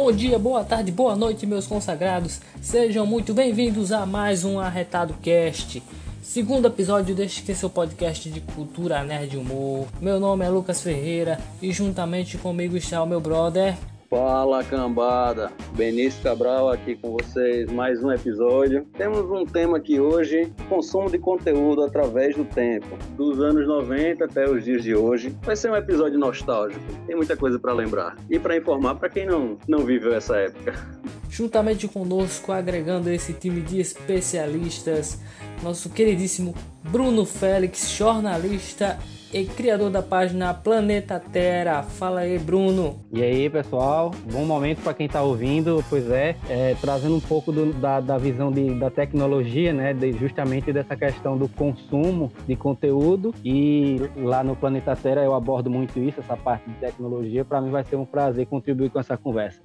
Bom dia, boa tarde, boa noite, meus consagrados. Sejam muito bem-vindos a mais um Arretado Cast. Segundo episódio deste seu podcast de cultura nerd e humor. Meu nome é Lucas Ferreira e juntamente comigo está o meu brother... Fala, cambada, Benício Cabral aqui com vocês, mais um episódio. Temos um tema aqui hoje, consumo de conteúdo através do tempo, dos anos 90 até os dias de hoje. Vai ser um episódio nostálgico, tem muita coisa para lembrar e para informar para quem não viveu essa época. Juntamente conosco, agregando esse time de especialistas, nosso queridíssimo Bruno Félix, jornalista e criador da página Planeta Terra. Fala aí, Bruno. E aí, pessoal, bom momento para quem está ouvindo. Pois trazendo um pouco da visão da tecnologia, né, justamente dessa questão do consumo de conteúdo. E lá no Planeta Terra eu abordo muito isso, essa parte de tecnologia. Para mim vai ser um prazer contribuir com essa conversa.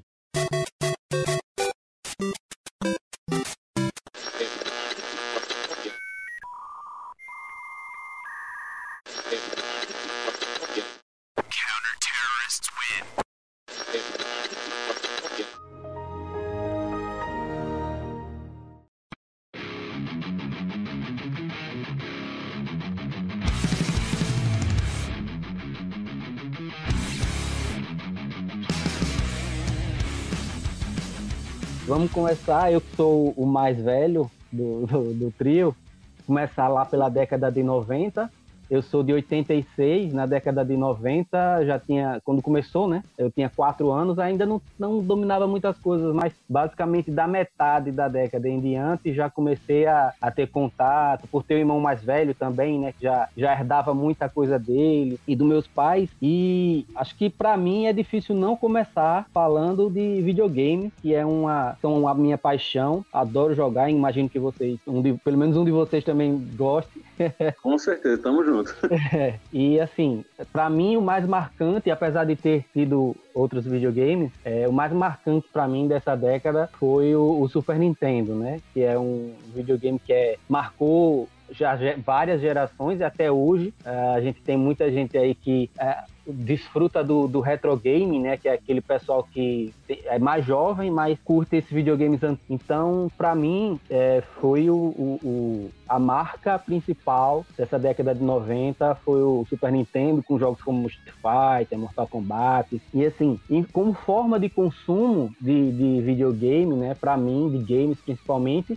Vamos começar, eu que sou o mais velho do trio, começar lá pela década de 90. Eu sou de 86, na década de 90, já tinha, quando começou, né? Eu tinha 4 anos, ainda não dominava muitas coisas, mas basicamente da metade da década em diante já comecei a ter contato, por ter um irmão mais velho também, né? Que já herdava muita coisa dele e dos meus pais. E acho que para mim é difícil não começar falando de videogame, que são a minha paixão. Adoro jogar, imagino que vocês, pelo menos um de vocês também goste. Com certeza, tamo junto. E assim, pra mim o mais marcante, apesar de ter sido outros videogames, o mais marcante pra mim dessa década foi o Super Nintendo, né? Que é um videogame que marcou já várias gerações e até hoje a gente tem muita gente aí que desfruta do retro game, né? Que é aquele pessoal que é mais jovem, mas curte esses videogames antigos. Então, para mim, foi a marca principal dessa década de 90 foi o Super Nintendo, com jogos como Street Fighter, Mortal Kombat. E assim, como forma de consumo de videogame, né? Para mim, de games principalmente,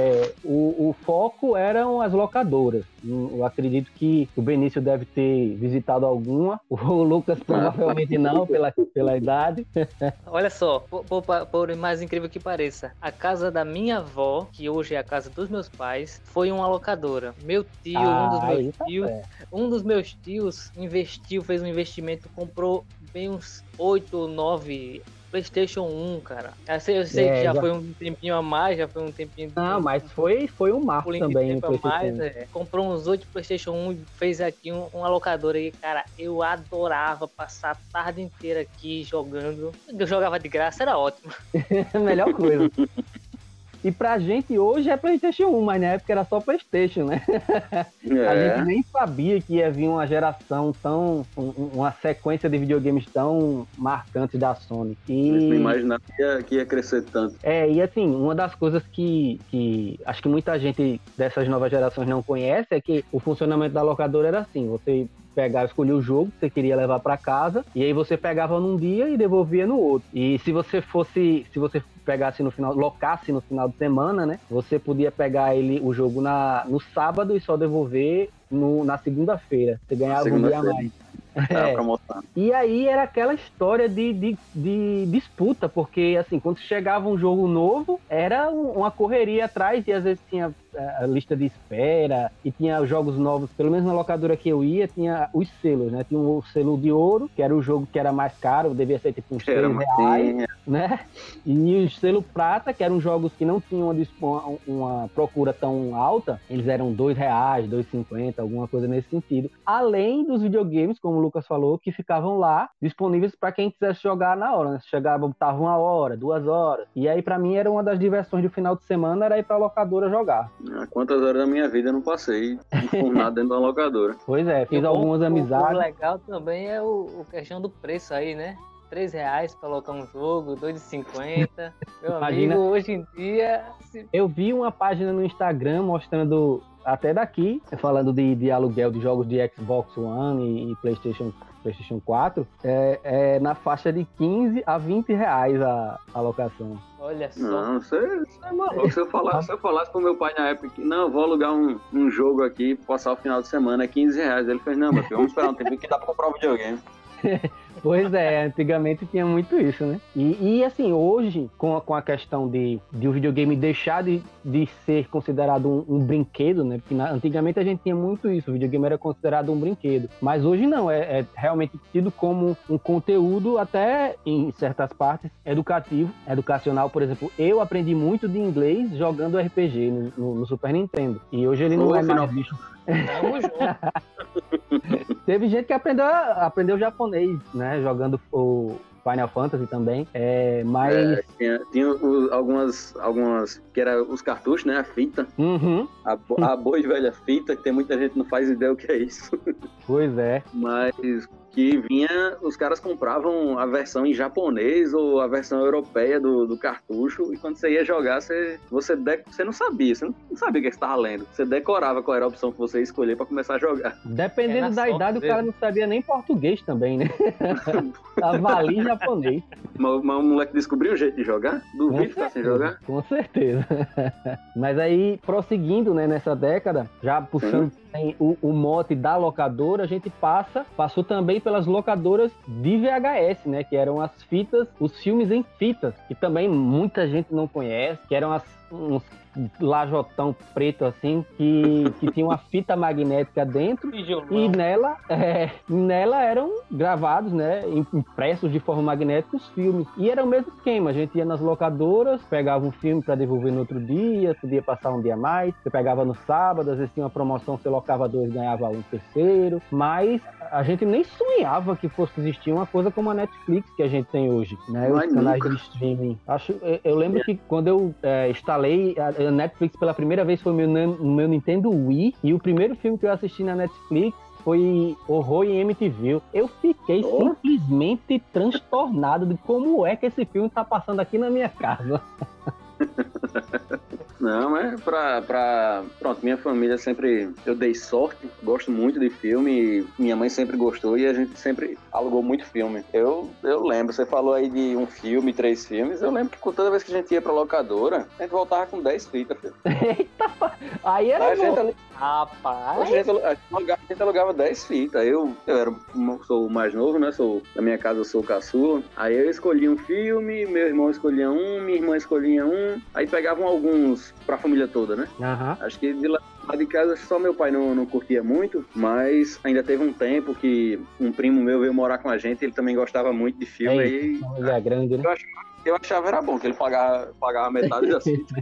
o foco eram as locadoras. Eu acredito que o Benício deve ter visitado alguma, o Lucas provavelmente não, pela idade. Olha só, por mais incrível que pareça, a casa da minha avó, que hoje é a casa dos meus pais, foi uma locadora. Meu tio, um dos meus tios fez um investimento, comprou bem uns 8 ou 9 PlayStation 1, cara. Eu sei que já foi um tempinho a mais, já foi um tempinho... Não, mas foi um marco também. Tempo a mais, comprou uns 8 PlayStation 1 e fez aqui uma locadora aí, cara. Eu adorava passar a tarde inteira aqui jogando. Eu jogava de graça, era ótimo. Melhor coisa. E pra gente hoje é PlayStation 1, mas na época era só PlayStation, né? A gente nem sabia que ia vir uma geração uma sequência de videogames tão marcantes da Sony. E não imaginava que ia crescer tanto. E assim, uma das coisas que acho que muita gente dessas novas gerações não conhece é que o funcionamento da locadora era assim: você escolhia o jogo que você queria levar para casa, e aí você pegava num dia e devolvia no outro. E se você pegasse no final, locasse no final de semana, né? Você podia pegar o jogo no sábado e só devolver na segunda-feira. Você ganhava um dia a mais. E aí era aquela história de disputa, porque assim, quando chegava um jogo novo, era uma correria atrás, e às vezes tinha a lista de espera, e tinha jogos novos. Pelo menos na locadora que eu ia, tinha os selos, né? Tinha o selo de ouro, que era o jogo que era mais caro, devia ser tipo uns R$3, né? E o selo prata, que eram jogos que não tinham uma procura tão alta, eles eram R$2, R$2,50, alguma coisa nesse sentido. Além dos videogames, como o Lucas falou, que ficavam lá disponíveis para quem quisesse jogar na hora, né? Chegava, botava 1 hora, 2 horas. E aí, para mim, era uma das diversões do final de semana, era ir pra locadora jogar. Quantas horas da minha vida eu não passei enfurnado dentro da locadora. Pois fiz algumas amizades. O legal também é o questão do preço aí, né? R$3 pra colocar um jogo, R$2,50. Meu Imagina, amigo, hoje em dia... eu vi uma página no Instagram mostrando, até daqui, falando de aluguel de jogos de Xbox One e PlayStation 4, na faixa de 15 a R$20 a locação. Olha só. Não, você é maluco. Se eu falasse pro meu pai na época que não, eu vou alugar um jogo aqui, passar o final de semana, é R$15. Ele fez, não, meu filho, vamos esperar um tempo que dá pra comprar um videogame. Pois é, antigamente tinha muito isso, né? E assim, hoje, com a questão de o videogame deixar de ser considerado um brinquedo, né? Porque antigamente a gente tinha muito isso, o videogame era considerado um brinquedo. Mas hoje não, é realmente tido como um conteúdo, até em certas partes, educacional. Por exemplo, eu aprendi muito de inglês jogando RPG no Super Nintendo. E hoje ele não é mais visto. Tamo junto. Teve gente que aprendeu japonês, né? Jogando o Final Fantasy também. Mas... tinha algumas que era os cartuchos, né? A fita. Uhum. A boa e velha fita, que tem muita gente que não faz ideia o que é isso. Pois é. Mas que vinha, os caras compravam a versão em japonês ou a versão europeia do cartucho, e quando você ia jogar, você não sabia, você não sabia o que você estava lendo. Você decorava qual era a opção que você ia escolher para começar a jogar. Dependendo da idade, o cara não sabia nem português também, né? Tava ali em japonês. Mas o moleque descobriu o jeito de jogar? Duvido ficar sem jogar? Com certeza. Mas aí, prosseguindo, né, nessa década, já puxando o mote da locadora, a gente passou também pelas locadoras de VHS, né, que eram as fitas, os filmes em fitas, que também muita gente não conhece, que eram uns lajotão preto assim, que tinha uma fita magnética dentro, e nela eram gravados, né, impressos de forma magnética os filmes. E era o mesmo esquema, a gente ia nas locadoras, pegava um filme para devolver no outro dia, podia passar um dia a mais, você pegava no sábado, às vezes tinha uma promoção, você locava 2, ganhava um terceiro, mas a gente nem sonhava que fosse existir uma coisa como a Netflix que a gente tem hoje, né, os canais de streaming. Eu lembro que quando eu instalei a Netflix pela primeira vez foi no meu Nintendo Wii, e o primeiro filme que eu assisti na Netflix foi Horror em MTV. Eu fiquei simplesmente transtornado de como é que esse filme tá passando aqui na minha casa. Não, mas pronto, minha família sempre, eu dei sorte, gosto muito de filme, minha mãe sempre gostou e a gente sempre alugou muito filme. Eu lembro, você falou aí de um filme, 3 filmes, eu lembro que toda vez que a gente ia pra locadora, a gente voltava com 10 fitas, filho. Eita, aí era bom. Rapaz! A gente alugava 10 fitas. Eu sou o mais novo, né? Na minha casa eu sou o caçula. Aí eu escolhi um filme, meu irmão escolhia um, minha irmã escolhia um. Aí pegavam alguns pra família toda, né? Uhum. Acho que de lá de casa só meu pai não curtia muito, mas ainda teve um tempo que um primo meu veio morar com a gente, ele também gostava muito de filme. Ele é grande, né? Eu achava era bom, que ele pagava metade das fitas.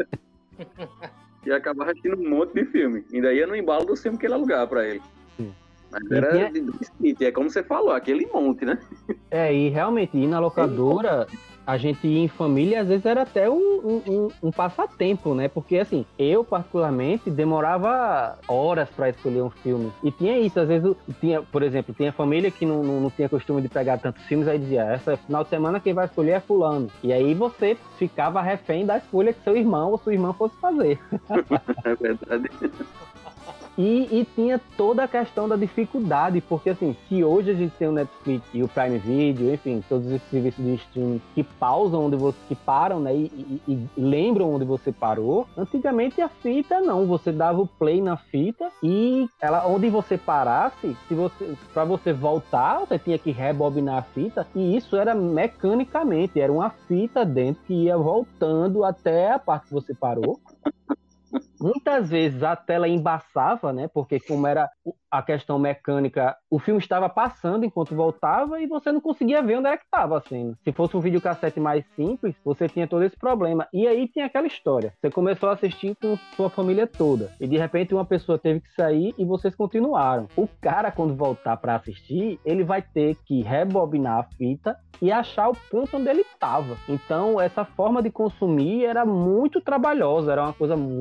E acabava assistindo um monte de filme. Ainda ia no embalo do filme que ele alugava pra ele. Mas era de 2 fitas, é como você falou, aquele monte, né? E realmente, ir na locadora, a gente ia em família, às vezes era até um passatempo, né? Porque, assim, eu, particularmente, demorava horas pra escolher um filme. E tinha isso, às vezes, por exemplo, tinha família que não tinha costume de pegar tantos filmes, aí dizia, essa final de semana quem vai escolher é fulano. E aí você ficava refém da escolha que seu irmão ou sua irmã fosse fazer. É verdade. E tinha toda a questão da dificuldade, porque assim, se hoje a gente tem o Netflix e o Prime Video, enfim, todos esses serviços de streaming que pausam que param, né, e lembram onde você parou, antigamente a fita não, você dava o play na fita e onde você parasse, para você voltar, você tinha que rebobinar a fita, e isso era mecanicamente, era uma fita dentro que ia voltando até a parte que você parou. Muitas vezes a tela embaçava, né? Porque como era a questão mecânica, o filme estava passando enquanto voltava e você não conseguia ver onde era que estava a cena. Se fosse um videocassete mais simples, você tinha todo esse problema. E aí tinha aquela história. Você começou a assistir com sua família toda. E de repente uma pessoa teve que sair e vocês continuaram. O cara, quando voltar para assistir, ele vai ter que rebobinar a fita e achar o ponto onde ele estava. Então, essa forma de consumir era muito trabalhosa, era uma coisa muito artística.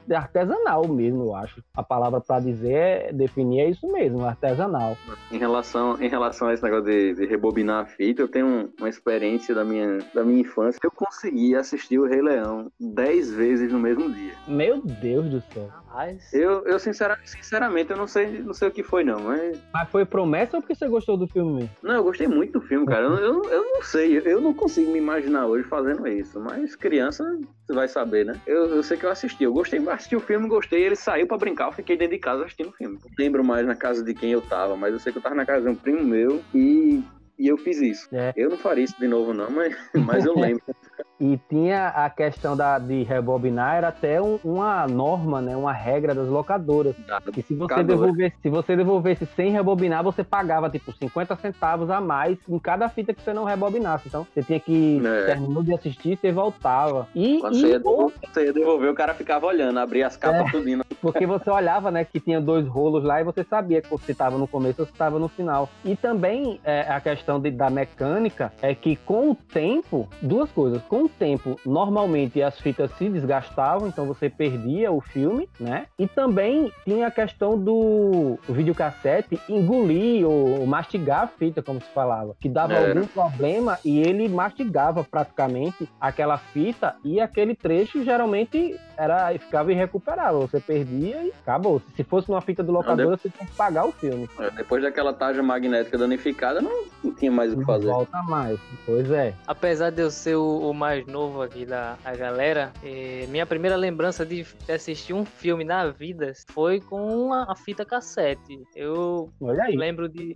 artesanal mesmo, eu acho. A palavra para definir é isso mesmo, artesanal. Em relação a esse negócio de rebobinar a fita, eu tenho uma experiência da minha infância. Eu consegui assistir o Rei Leão 10 vezes no mesmo dia. Meu Deus do céu. Eu sinceramente, eu não sei o que foi, não. Mas foi promessa ou porque você gostou do filme mesmo? Não, eu gostei muito do filme, cara. Eu não sei, eu não consigo me imaginar hoje fazendo isso. Mas criança, você vai saber, né? Eu sei que eu assisti. Eu assisti o filme, gostei. Ele saiu pra brincar, eu fiquei dentro de casa assistindo o filme. Não lembro mais na casa de quem eu tava, mas eu sei que eu tava na casa de um primo meu e eu fiz isso. Eu não faria isso de novo, não, mas eu lembro. E tinha a questão de rebobinar, era até uma norma, né? Uma regra das locadoras. Que se você devolvesse sem rebobinar, você pagava tipo 50 centavos a mais em cada fita que você não rebobinasse. Então você tinha que terminou de assistir, você voltava. Quando você ia devolver, o cara ficava olhando, abria as capas tudinho. Porque você olhava, né, que tinha 2 rolos lá e você sabia que você estava no começo ou se estava no final. E também a questão da mecânica é que com o tempo, duas coisas. Com o tempo, normalmente as fitas se desgastavam, então você perdia o filme, né? E também tinha a questão do videocassete engolir ou mastigar a fita, como se falava, que dava algum problema e ele mastigava praticamente aquela fita e aquele trecho geralmente ficava irrecuperável. Você perdia e acabou. Se fosse numa fita do locador, você tinha que pagar o filme. Depois daquela tarja magnética danificada, não tinha mais o que fazer. Não volta mais. Pois é. Apesar de eu ser o mais novo aqui da galera, minha primeira lembrança de assistir um filme na vida foi com a fita cassete. Eu lembro de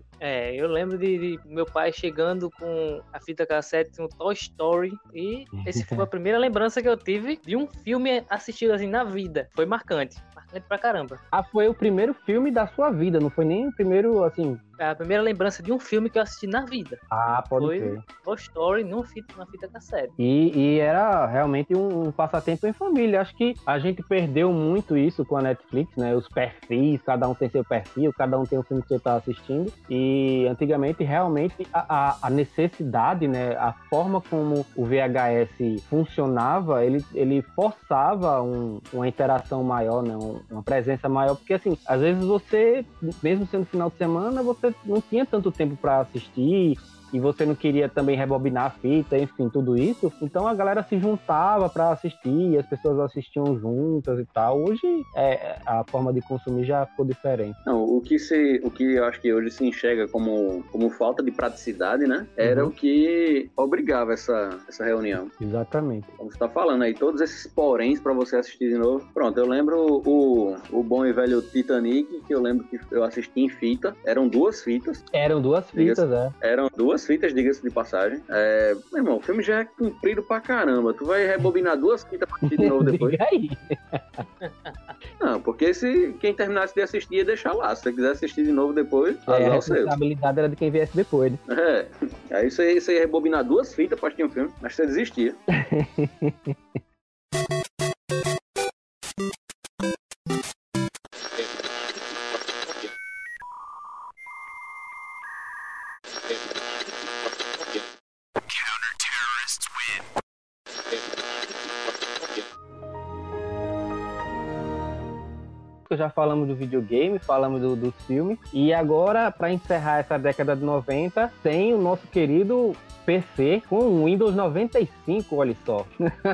meu pai chegando com a fita cassete no Toy Story e esse foi a primeira lembrança que eu tive de um filme assistido assim na vida. Foi marcante pra caramba. Foi o primeiro filme da sua vida, não foi nem o primeiro, assim... A primeira lembrança de um filme que eu assisti na vida. Pode ser. Toy Story na fita cassete. E era realmente um passatempo em família. Acho que a gente perdeu muito isso com a Netflix, né? Os perfis, cada um tem seu perfil, cada um tem o filme que você está assistindo. E antigamente, realmente, a necessidade, né? A forma como o VHS funcionava, ele forçava uma interação maior, né? Uma presença maior. Porque, assim, às vezes você, mesmo sendo final de semana, você não tinha tanto tempo para assistir e você não queria também rebobinar a fita, enfim, tudo isso. Então a galera se juntava para assistir e as pessoas assistiam juntas e tal. Hoje a forma de consumir já ficou diferente. Não, o que eu acho que hoje se enxerga como falta de praticidade, né? Era o que obrigava essa reunião. Exatamente. Como você tá falando aí, todos esses poréns para você assistir de novo. Pronto, eu lembro o bom e velho Titanic, que eu lembro que eu assisti em fita. Eram 2 fitas. Eram 2 fitas, Eram 2 fitas, diga-se de passagem. Meu irmão, o filme já é comprido pra caramba. Tu vai rebobinar 2 fitas pra assistir de novo depois? Diga aí. Não, porque quem terminasse de assistir ia deixar lá. Se você quiser assistir de novo depois, a responsabilidade era de quem viesse depois. Né? Aí você ia rebobinar 2 fitas pra assistir um filme, mas você desistia. Já falamos do videogame, falamos dos filmes, e agora, para encerrar essa década de 90, tem o nosso querido PC com o Windows 95, olha só.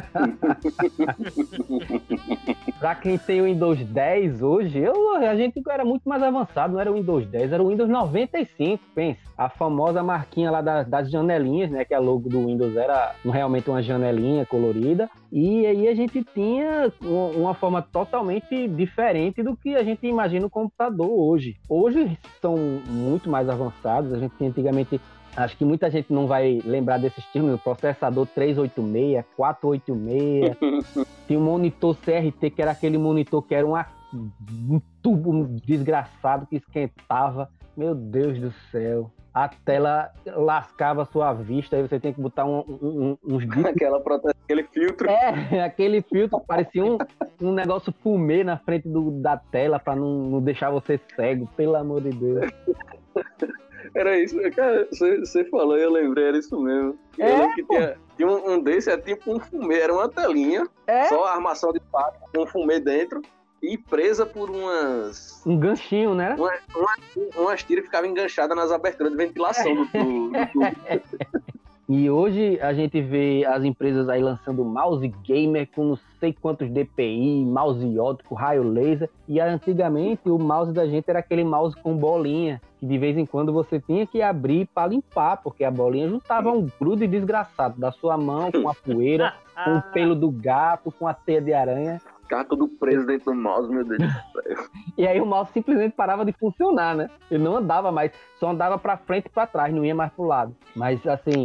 Pra quem tem o Windows 10 hoje, a gente era muito mais avançado, não era o Windows 10, era o Windows 95, pensa. A famosa marquinha lá das janelinhas, né, que a logo do Windows era realmente uma janelinha colorida, e aí a gente tinha uma forma totalmente diferente do que a gente imagina o computador hoje. Hoje são muito mais avançados, a gente tinha antigamente... Acho que muita gente não vai lembrar desses termos, o processador 386, 486, tinha um monitor CRT, que era aquele monitor que era um tubo desgraçado que esquentava. Meu Deus do céu. A tela lascava a sua vista, aí você tem que botar uns discos. Aquele filtro. Aquele filtro, parecia um negócio fumê na frente da tela para não deixar você cego, pelo amor de Deus. Era isso, cara, você falou e eu lembrei, era isso mesmo. Eu lembro que tinha um desse, é tipo um fumê, era uma telinha, só armação de pata, com um fumê dentro, e presa por um ganchinho, né? Umas tiras que ficavam enganchadas nas aberturas de ventilação do tubo. E hoje a gente vê as empresas aí lançando mouse gamer com não sei quantos DPI, mouse óptico, raio laser. E antigamente o mouse da gente era aquele mouse com bolinha, que de vez em quando você tinha que abrir para limpar, porque a bolinha juntava um grude desgraçado da sua mão com a poeira, com o pelo do gato, com a teia de aranha. Ficava tudo preso dentro do mouse, meu Deus do céu. E aí o mouse simplesmente parava de funcionar, né? Ele não andava mais, só andava pra frente e pra trás, não ia mais pro lado. Mas, assim,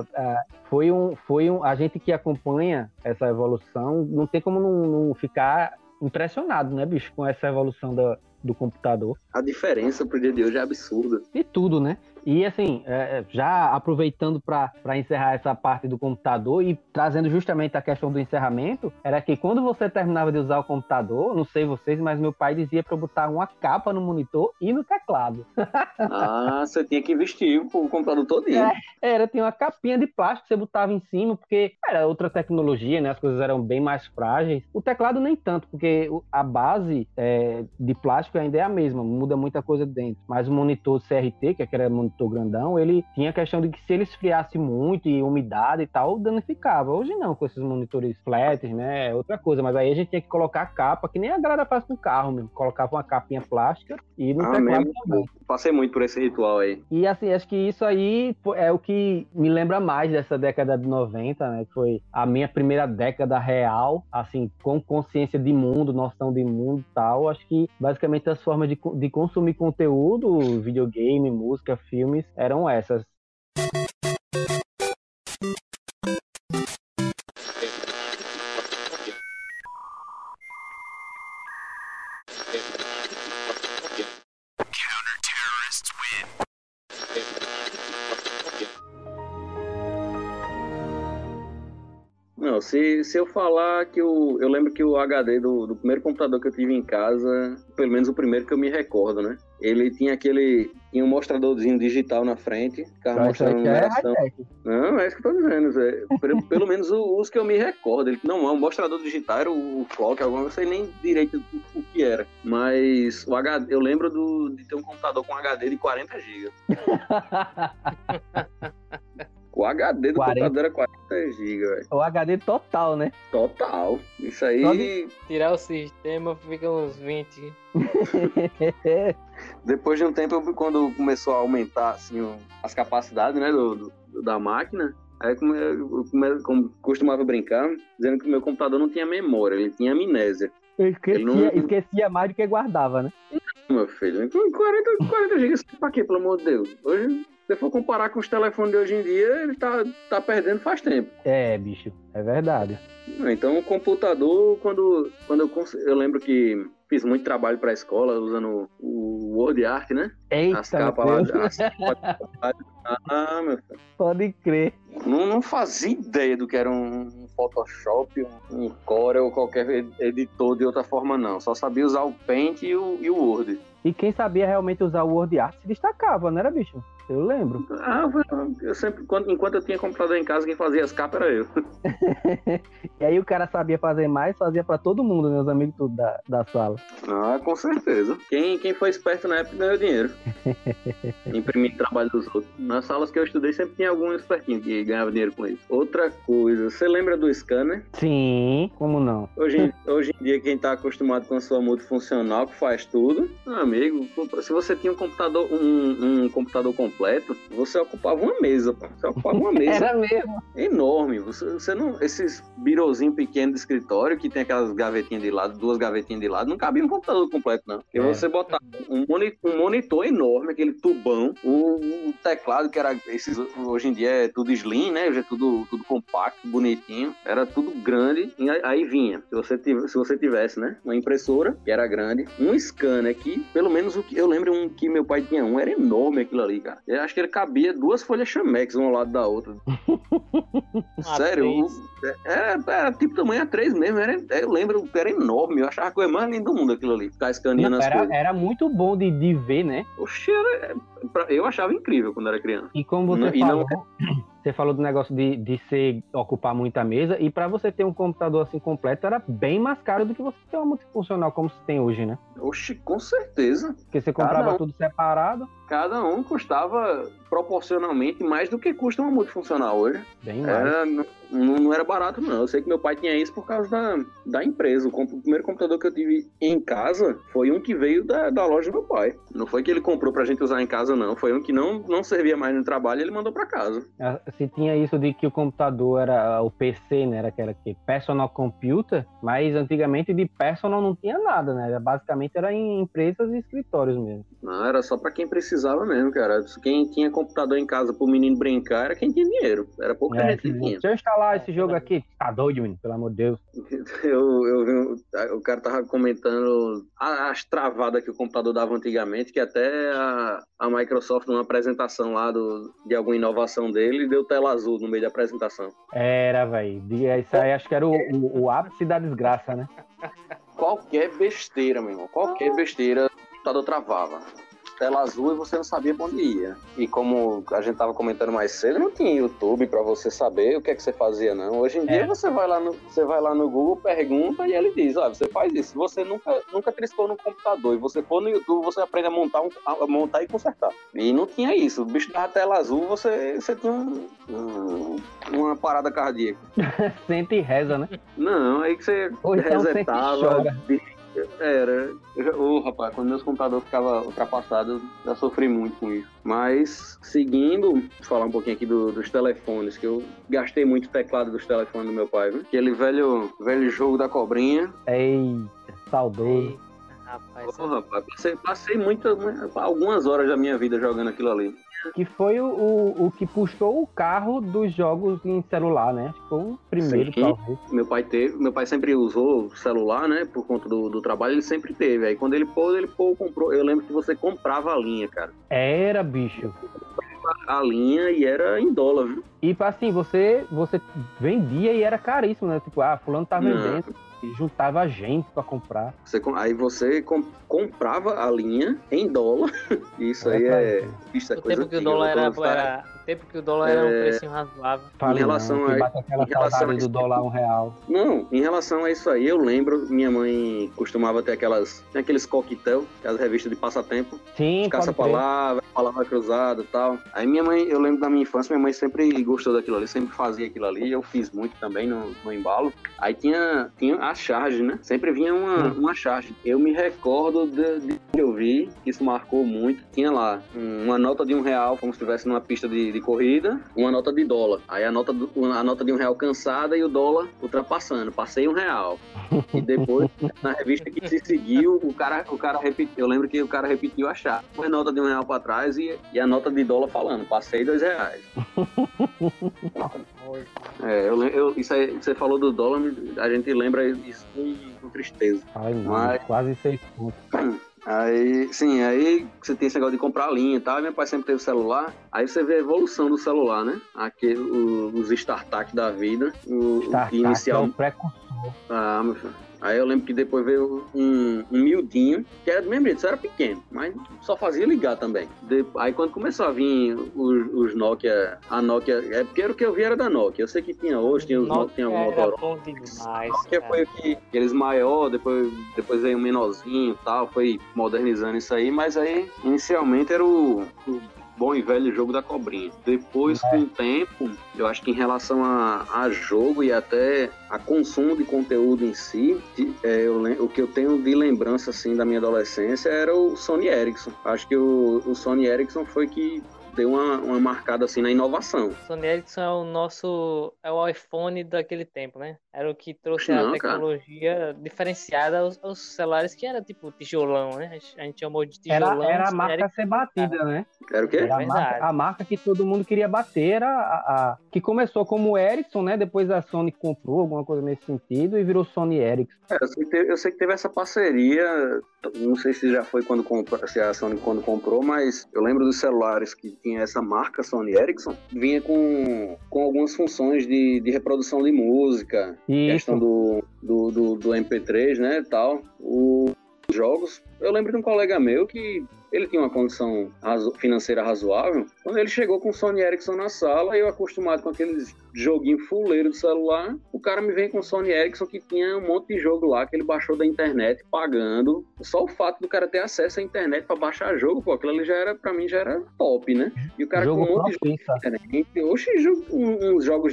a gente que acompanha essa evolução, não tem como não ficar impressionado, né, bicho, com essa evolução do computador. A diferença pro dia de hoje é absurda. E tudo, né? E assim, já aproveitando para encerrar essa parte do computador e trazendo justamente a questão do encerramento, era que quando você terminava de usar o computador, não sei vocês, mas meu pai dizia para eu botar uma capa no monitor e no teclado. Você tinha que vestir o computador todinho. Tinha uma capinha de plástico que você botava em cima, porque era outra tecnologia, né? As coisas eram bem mais frágeis. O teclado nem tanto, porque a base de plástico ainda é a mesma, muda muita coisa dentro. Mas o monitor CRT, que era monitor grandão, ele tinha a questão de que se ele esfriasse muito e umidade e tal, danificava. Hoje não, com esses monitores flats, né, é outra coisa, mas aí a gente tinha que colocar a capa, que nem a galera faz com o carro mesmo, colocava uma capinha plástica e no teclado também. Passei muito por esse ritual aí. E assim, acho que isso aí é o que me lembra mais dessa década de 90, né, que foi a minha primeira década real, assim, com consciência de mundo, noção de mundo e tal. Acho que basicamente as formas de consumir conteúdo, videogame, música, filmes, eram essas. Não, se eu falar que eu lembro que o HD do primeiro computador que eu tive em casa, pelo menos o primeiro que eu me recordo, né? Ele tinha um mostradorzinho digital na frente, ficava mostrando a numeração. Não, é isso que eu tô dizendo, Zé. Pelo menos os que eu me recordo. Ele não é um mostrador digital, era o clock, eu não sei nem direito o que era. Mas o HD, eu lembro de ter um computador com HD de 40 GB. O HD do computador era 40 GB, velho. O HD total, né? Total. Isso aí... Tirar o sistema, fica uns 20. Depois de um tempo, quando começou a aumentar assim, as capacidades, né, da máquina, aí eu costumava brincar, dizendo que o meu computador não tinha memória, ele tinha amnésia. Eu esquecia mais do que guardava, né? Não, meu filho, 40 GB, pra quê, pelo amor de Deus? Hoje... Se for comparar com os telefones de hoje em dia, ele tá perdendo faz tempo. É, bicho, é verdade. Então, o computador, quando eu lembro que fiz muito trabalho para a escola usando o Word Art, né? Eita, as capas lá. Meu filho. Pode crer. Não fazia ideia do que era um Photoshop, um Corel ou qualquer editor de outra forma, não. Só sabia usar o Paint e o Word. E quem sabia realmente usar o Word Art se destacava, não era, bicho? Eu lembro. Eu sempre, enquanto eu tinha computador em casa, quem fazia as capas era eu. E aí o cara sabia fazer mais, fazia pra todo mundo, né? Os amigos tudo da sala. Com certeza. Quem foi esperto na época ganhou dinheiro. Imprimir trabalho dos outros. Nas salas que eu estudei sempre tinha algum espertinho que ganhava dinheiro com isso. Outra coisa, você lembra do scanner? Sim, como não? Hoje em dia, quem tá acostumado com a sua multifuncional, que faz tudo, amigo, se você tinha um computador completo, você ocupava uma mesa, pô. Você ocupava uma mesa. Era mesmo. Enorme. Você não... Esses birozinhos pequenos de escritório, que tem aquelas gavetinhas de lado, 2 gavetinhas de lado, não cabia um computador completo, não. Porque você botava um monitor enorme, aquele tubão, o teclado, que era esses... Hoje em dia é tudo slim, né? Hoje é tudo compacto, bonitinho. Era tudo grande. E aí vinha, se você tivesse, né? Uma impressora, que era grande, um scanner que, pelo menos o que eu lembro, que meu pai tinha era enorme aquilo ali, cara. Eu acho que ele cabia 2 folhas Chamex, uma ao lado da outra. Sério, era tipo tamanho A3 mesmo. Eu lembro que era enorme. Eu achava a coisa mais linda do mundo aquilo ali. Ficar escaneando as coisas. Era muito bom de ver, né? Oxe, eu achava incrível quando era criança. E como você você falou do negócio de ocupar muita mesa, e para você ter um computador assim completo, era bem mais caro do que você ter uma multifuncional como se tem hoje, né? Oxe, com certeza. Porque você comprava tudo separado. Cada um custava proporcionalmente mais do que custa uma multifuncional hoje. Bem mais. Não era barato, não. Eu sei que meu pai tinha isso por causa da empresa. O primeiro computador que eu tive em casa foi um que veio da loja do meu pai. Não foi que ele comprou pra gente usar em casa, não. Foi um que não servia mais no trabalho e ele mandou pra casa. Se tinha isso de que o computador era o PC, né? Era que personal computer, mas antigamente de personal não tinha nada, né? Basicamente era em empresas e escritórios mesmo. Não, era só pra quem precisava mesmo, cara. Quem tinha computador em casa pro menino brincar era quem tinha dinheiro. Era pouca gente que tinha. Deixa eu instalar esse jogo aqui. Tá doido, menino? Pelo amor de Deus. Eu vi, o cara tava comentando as travadas que o computador dava antigamente, que até a Microsoft, numa apresentação lá de alguma inovação dele, deu tela azul no meio da apresentação. Era, velho. Isso aí acho que era o ápice da desgraça, né? Qualquer besteira, meu irmão. Qualquer besteira, o computador travava. Tela azul e você não sabia pra onde ia. E como a gente tava comentando mais cedo, não tinha YouTube pra você saber o que é que você fazia, não. Hoje em dia você vai lá no Google, pergunta e ele diz, você faz isso. Se você nunca triscou no computador e você for no YouTube, você aprende a montar e consertar. E não tinha isso. O bicho dava tela azul, você tinha uma parada cardíaca. Senta e reza, né? Não, aí que você resetava. Era. Rapaz, quando meus computadores ficavam ultrapassados, eu já sofri muito com isso. Mas, seguindo, vou falar um pouquinho aqui dos telefones, que eu gastei muito o teclado dos telefones do meu pai, viu? Aquele velho jogo da cobrinha. Eita, saudoso. Rapaz, passei algumas horas da minha vida jogando aquilo ali. Que foi o que puxou o carro dos jogos em celular, né? Acho que foi o primeiro, sim, talvez. Meu pai sempre usou celular, né? Por conta do trabalho, ele sempre teve. Aí quando ele comprou. Eu lembro que você comprava a linha, cara. Era, bicho. A linha e era em dólar, viu? E assim, você vendia e era caríssimo, né? Tipo, fulano tá vendendo. E juntava gente pra comprar. Aí você comprava a linha em dólar. Isso aí Isso é coisa tempo que o dólar era um precinho razoável. Em relação do dólar R$1. Não, em relação a isso aí, eu lembro, minha mãe costumava ter aqueles coquetel, aquelas revistas de passatempo. Sim, caça-palavra, palavra cruzada e tal. Aí minha mãe, eu lembro da minha infância, minha mãe sempre gostou daquilo ali, sempre fazia aquilo ali. Eu fiz muito também no embalo. Aí tinha a charge, né? Sempre vinha uma charge. Eu me recordo de eu vi, isso marcou muito. Tinha lá uma nota de R$1, como se estivesse numa pista de corrida, uma nota de dólar. Aí a nota de R$1 cansada e o dólar ultrapassando. Passei R$1. E depois, na revista que se seguiu, o cara repetiu. Eu lembro que o cara repetiu a chave. Foi nota de R$1 pra trás e a nota de dólar falando. Passei R$2. Isso aí, você falou do dólar, a gente lembra isso com tristeza. Ai, não, quase 6 pontos. Aí você tem esse negócio de comprar a linha e tal. Meu pai sempre teve celular. Aí você vê a evolução do celular, né? Os StarTAC da vida. StarTAC inicial... é o precursor. Meu filho. Aí eu lembro que depois veio um miudinho, que era do mesmo jeito, só era pequeno, mas só fazia ligar também. Aí quando começou a vir os Nokia, a Nokia, porque era o que eu vi era da Nokia. Eu sei que tinha hoje, tinha os Nokia, Motorola. Nokia foi aqueles maior, depois veio um menorzinho e tal, foi modernizando isso aí, mas aí inicialmente era o bom e velho jogo da cobrinha. Depois, com o tempo, eu acho que em relação a jogo e até a consumo de conteúdo em si, o que eu tenho de lembrança assim da minha adolescência era o Sony Ericsson. Acho que o Sony Ericsson foi que deu uma marcada assim na inovação. O Sony Ericsson é o iPhone daquele tempo, né? Era o que trouxe a tecnologia diferenciada aos celulares, que era tipo tijolão, né? A gente chamou de tijolão. Era a marca a ser batida, né? Era o quê? Era a marca que todo mundo queria bater, era a que começou como Ericsson, né? Depois a Sony comprou alguma coisa nesse sentido e virou Sony Ericsson. Eu sei que teve essa parceria, não sei se já foi se a Sony quando comprou, mas eu lembro dos celulares que tinha essa marca Sony Ericsson, vinha com algumas funções de reprodução de música, Isso. Questão do MP3, né, tal. Os jogos, eu lembro de um colega meu que ele tinha uma condição financeira razoável. Quando ele chegou com o Sony Ericsson na sala, eu acostumado com aqueles joguinho fuleiro do celular, o cara me vem com o Sony Ericsson que tinha um monte de jogo lá que ele baixou da internet pagando. Só o fato do cara ter acesso à internet pra baixar jogo, pô, aquilo ali pra mim já era top, né? E o cara jogo com um monte de jogo diferente. Oxe, uns jogos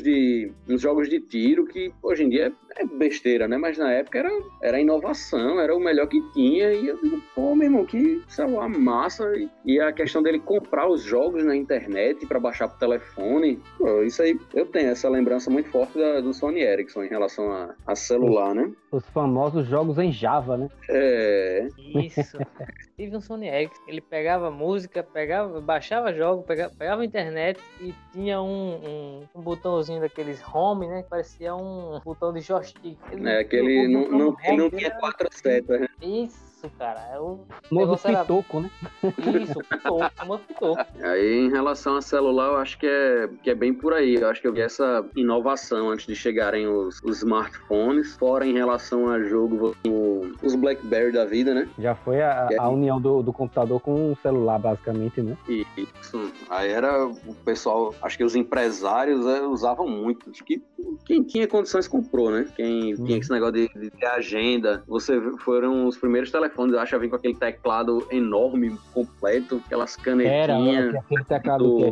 de tiro que hoje em dia é besteira, né? Mas na época era inovação, era o melhor que tinha. E eu digo, pô, meu irmão, que celular massa. E a questão dele comprar os jogos na internet pra baixar pro telefone, pô, isso aí eu tenho essa lembrança muito forte do Sony Ericsson em relação a celular, né? Os famosos jogos em Java, né? É. Isso. Tive um Sony Ericsson, ele pegava música, baixava jogo, pegava a internet e tinha um botãozinho daqueles home, né? Que parecia um botão de joystick. Ele não tinha 4 setas, né? Isso, cara. Novo pitoco, né? Isso, pitoco. Aí, em relação a celular, eu acho que é bem por aí. Eu acho que eu vi essa inovação antes de chegarem os smartphones. Fora em relação a jogo, os BlackBerry da vida, né? Já foi a união do computador com o celular, basicamente, né? Isso. Aí era o pessoal, acho que os empresários usavam muito. Acho que quem tinha condições comprou, né? Quem tinha esse negócio de agenda. Foram os primeiros telefones, eu acho, a vir com aquele teclado enorme, completo, aquelas canetinhas. Era aquele teclado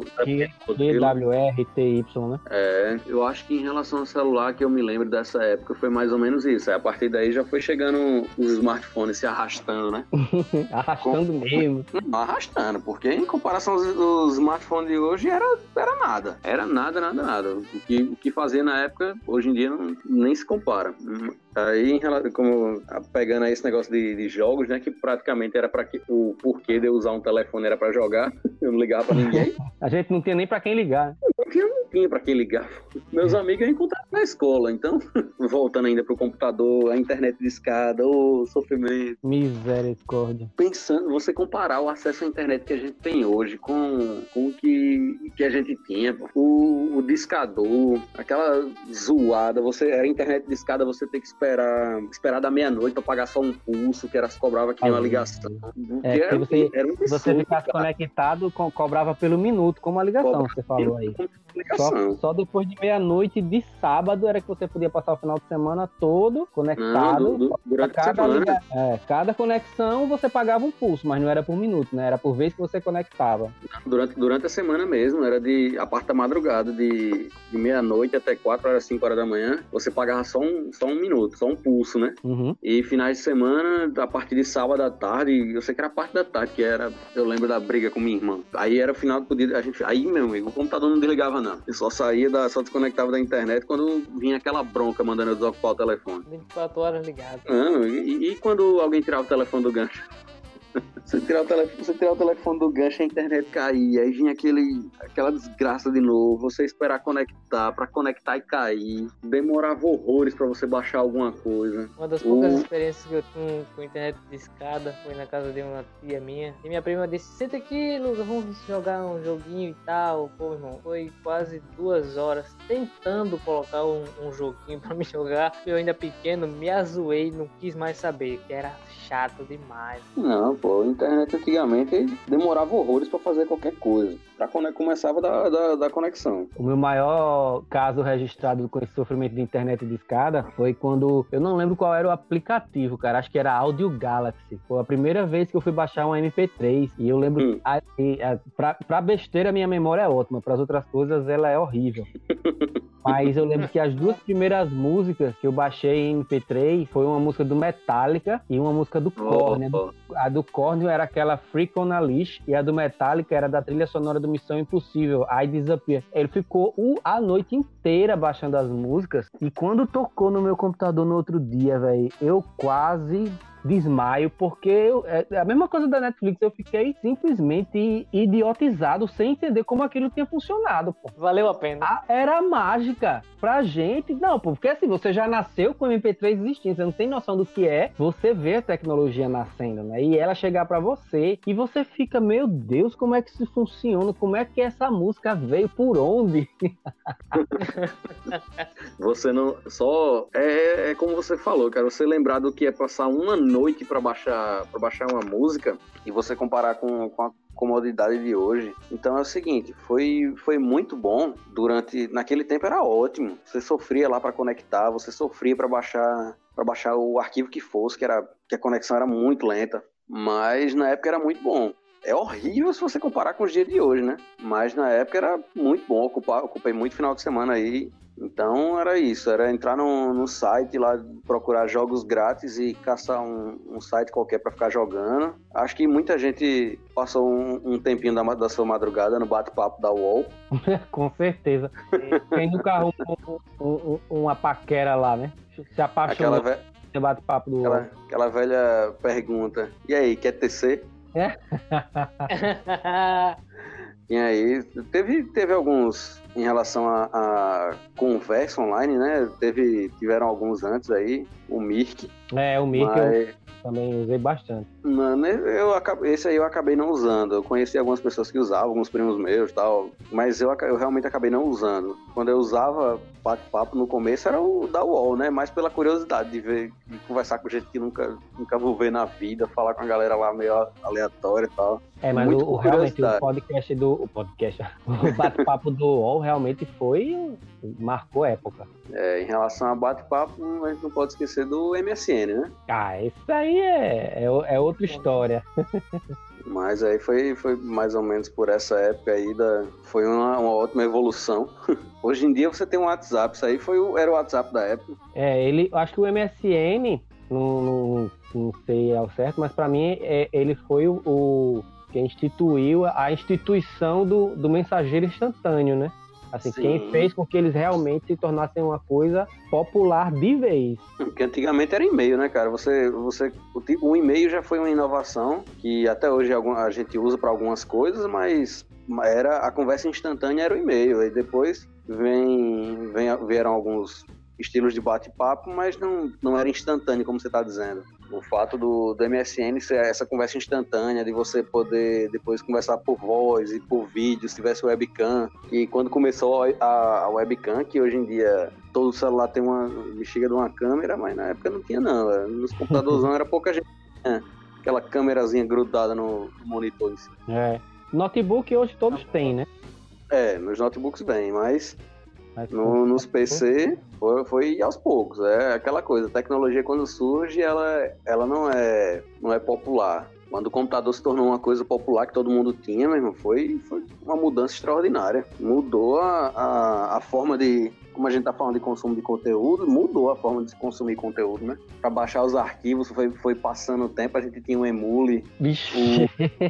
TWR, TY, né? Eu acho que em relação ao celular, que eu me lembro dessa época, foi mais ou menos isso. Aí, a partir daí já foi chegando os smartphones se arrastando, né? Arrastando mesmo. Não, arrastando, porque em comparação aos smartphones de hoje era nada. Era nada. O que fazia na época, hoje em dia, nem se compara. Aí, pegando aí esse negócio de jogos, né, que praticamente era para o porquê de eu usar um telefone era para jogar, eu não ligava para ninguém. A gente não tinha nem para quem ligar. Eu não tinha para quem ligar. Meus amigos eu encontrava na escola, então, voltando ainda pro computador, a internet de escada, sofrimento. Misericórdia. Pensando, você comparar o acesso à internet que a gente tem hoje com o que a gente tinha, o discador, aquela zoada, era internet de escada, você tem que esperar da meia-noite pra pagar só um pulso, que cobrava que nem uma ligação. Você ficasse conectado, cobrava pelo minuto, como a ligação, você falou aí. Só depois de meia-noite de sábado era que você podia passar o final de semana todo conectado. Durante a semana. Cada conexão você pagava um pulso, mas não era por minuto, né? Era por vez que você conectava. Durante a semana mesmo, era a parte da madrugada, de meia-noite até 4 horas, 5 horas da manhã, você pagava só um minuto, só um pulso, né? Uhum. E finais de semana, a partir de sábado à tarde, eu sei que era a parte da tarde, eu lembro da briga com minha irmã. Aí era o final do dia, aí, meu amigo, o computador não desligava não. Eu só só desconectava da internet quando vinha aquela bronca mandando eu desocupar o telefone. 24 horas ligado. Não, e quando alguém tirava o telefone do gancho? Você tirar o telefone do gancho, a internet cair, aí vinha aquela desgraça de novo, você esperar conectar, pra conectar e cair, demorava horrores pra você baixar alguma coisa. Uma das poucas experiências que eu tinha com internet de escada foi na casa de uma tia minha, e minha prima disse, senta aqui, Lucas, vamos jogar um joguinho e tal. Pô, irmão, foi quase 2 horas tentando colocar um joguinho pra me jogar, eu ainda pequeno, me azoei, não quis mais saber, que era chato demais. Não, pô, a internet antigamente demorava horrores pra fazer qualquer coisa. Começava da conexão. O meu maior caso registrado com esse sofrimento de internet de escada foi quando, eu não lembro qual era o aplicativo, cara, acho que era Audio Galaxy. Foi a primeira vez que eu fui baixar um MP3 e eu lembro, pra besteira minha memória é ótima, pras outras coisas ela é horrível. Mas eu lembro que as 2 primeiras músicas que eu baixei em MP3 foi uma música do Metallica e uma música do Korn. A do Korn era aquela Freak on a Leash e a do Metallica era da trilha sonora do Missão Impossível, I Disappear. Ele ficou a noite inteira baixando as músicas e quando tocou no meu computador no outro dia, velho, eu quase desmaio, porque é a mesma coisa da Netflix, eu fiquei simplesmente idiotizado, sem entender como aquilo tinha funcionado, pô. Valeu a pena. Era mágica pra gente, não, pô, porque assim, você já nasceu com o MP3 existindo, você não tem noção do que é, você vê a tecnologia nascendo, né, e ela chegar pra você, e você fica, meu Deus, como é que isso funciona, como é que essa música veio, por onde? Você não... Só... É como você falou, cara, você lembrar do que é passar uma noite pra baixar uma música, e você comparar com a comodidade de hoje. Então é o seguinte, foi muito bom naquele tempo era ótimo. Você sofria lá para conectar, você sofria para baixar o arquivo que fosse, que a conexão era muito lenta, mas na época era muito bom. É horrível se você comparar com os dias de hoje, né? Mas na época era muito bom, ocupei muito final de semana aí. Então era isso, era entrar no site lá, procurar jogos grátis e caçar um site qualquer para ficar jogando. Acho que muita gente passou um tempinho da sua madrugada no bate-papo da UOL. Com certeza. Quem nunca arrumou uma paquera lá, né? Se apaixonou no bate-papo do UOL. Aquela velha pergunta, e aí, quer tecer? É? E aí, teve alguns em relação a conversa online, né? Tiveram alguns antes aí, o Mirk. O Mirk eu também usei bastante. Mano, esse aí eu acabei não usando. Eu conheci algumas pessoas que usavam, alguns primos meus e tal, mas eu realmente acabei não usando. Quando eu usava bate-papo no começo era o da UOL, né? Mais pela curiosidade de conversar com gente que nunca vou ver na vida, falar com a galera lá meio aleatória e tal. Mas realmente o bate-papo do UOL realmente marcou época. Em relação a bate-papo, a gente não pode esquecer do MSN, né? Isso aí é outra história. Mas aí foi mais ou menos por essa época aí, foi uma ótima evolução. Hoje em dia você tem um WhatsApp, isso aí era o WhatsApp da época. Acho que o MSN, não sei ao certo, mas para mim ele foi o que instituiu a instituição do mensageiro instantânio, né? Assim, sim. Quem fez com que eles realmente se tornassem uma coisa popular de vez. Porque antigamente era e-mail, né, cara? O e-mail já foi uma inovação que até hoje a gente usa para algumas coisas, mas a conversa instantânea era o e-mail. Aí depois vieram alguns estilos de bate-papo, mas não era instantâneo, como você está dizendo. O fato do MSN ser essa conversa instantânea, de você poder depois conversar por voz e por vídeo, se tivesse webcam. E quando começou a webcam, que hoje em dia todo celular tem uma bexiga de uma câmera, mas na época não tinha não. Nos computadores era pouca gente. Aquela câmerazinha grudada no monitor. Assim. Notebook hoje todos têm, né? Nos notebooks vem, mas nos PC foi aos poucos. É aquela coisa, a tecnologia quando surge, ela não é popular. Quando o computador se tornou uma coisa popular que todo mundo tinha, meu irmão, foi uma mudança extraordinária. Mudou a forma de... Como a gente tá falando de consumo de conteúdo, mudou a forma de se consumir conteúdo, né? Pra baixar os arquivos, foi passando o tempo, a gente tinha um Emule. Vixe.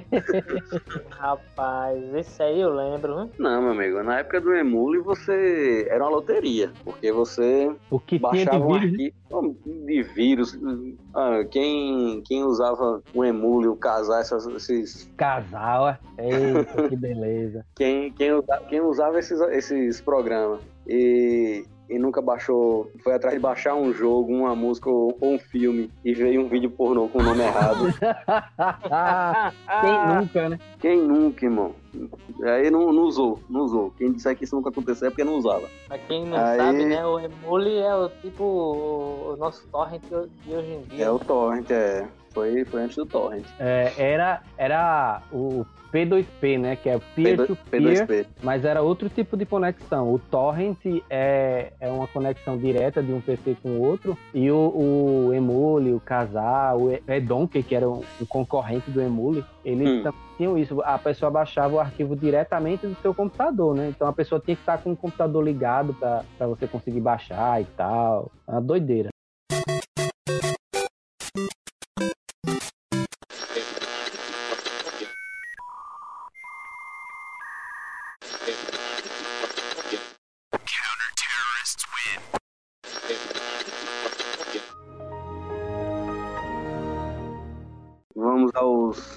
Rapaz, esse aí eu lembro, né? Não, meu amigo, na época do Emule era uma loteria, porque você baixava um arquivo de vírus. Quem usava o Emule, o Casar, esses... Casal, eita, que beleza. Quem usava esses programas e nunca baixou, foi atrás de baixar um jogo, uma música ou um filme e veio um vídeo pornô com o nome errado. Quem nunca, né? Quem nunca, irmão? Aí não usou. Quem disser que isso nunca aconteceu é porque não usava. Pra quem não sabe, né, o Emule é o nosso torrent de hoje em dia. É o torrent, Foi antes do torrent. Era o P2P, né? Que é peer-to-peer, P2P. Mas era outro tipo de conexão. O torrent é uma conexão direta de um PC com o outro. E o Emule, o Kazaa, o Edonkey, que era um concorrente do Emule, eles também tinham isso. A pessoa baixava o arquivo diretamente do seu computador, né? Então a pessoa tinha que estar com o computador ligado para você conseguir baixar e tal. É uma doideira.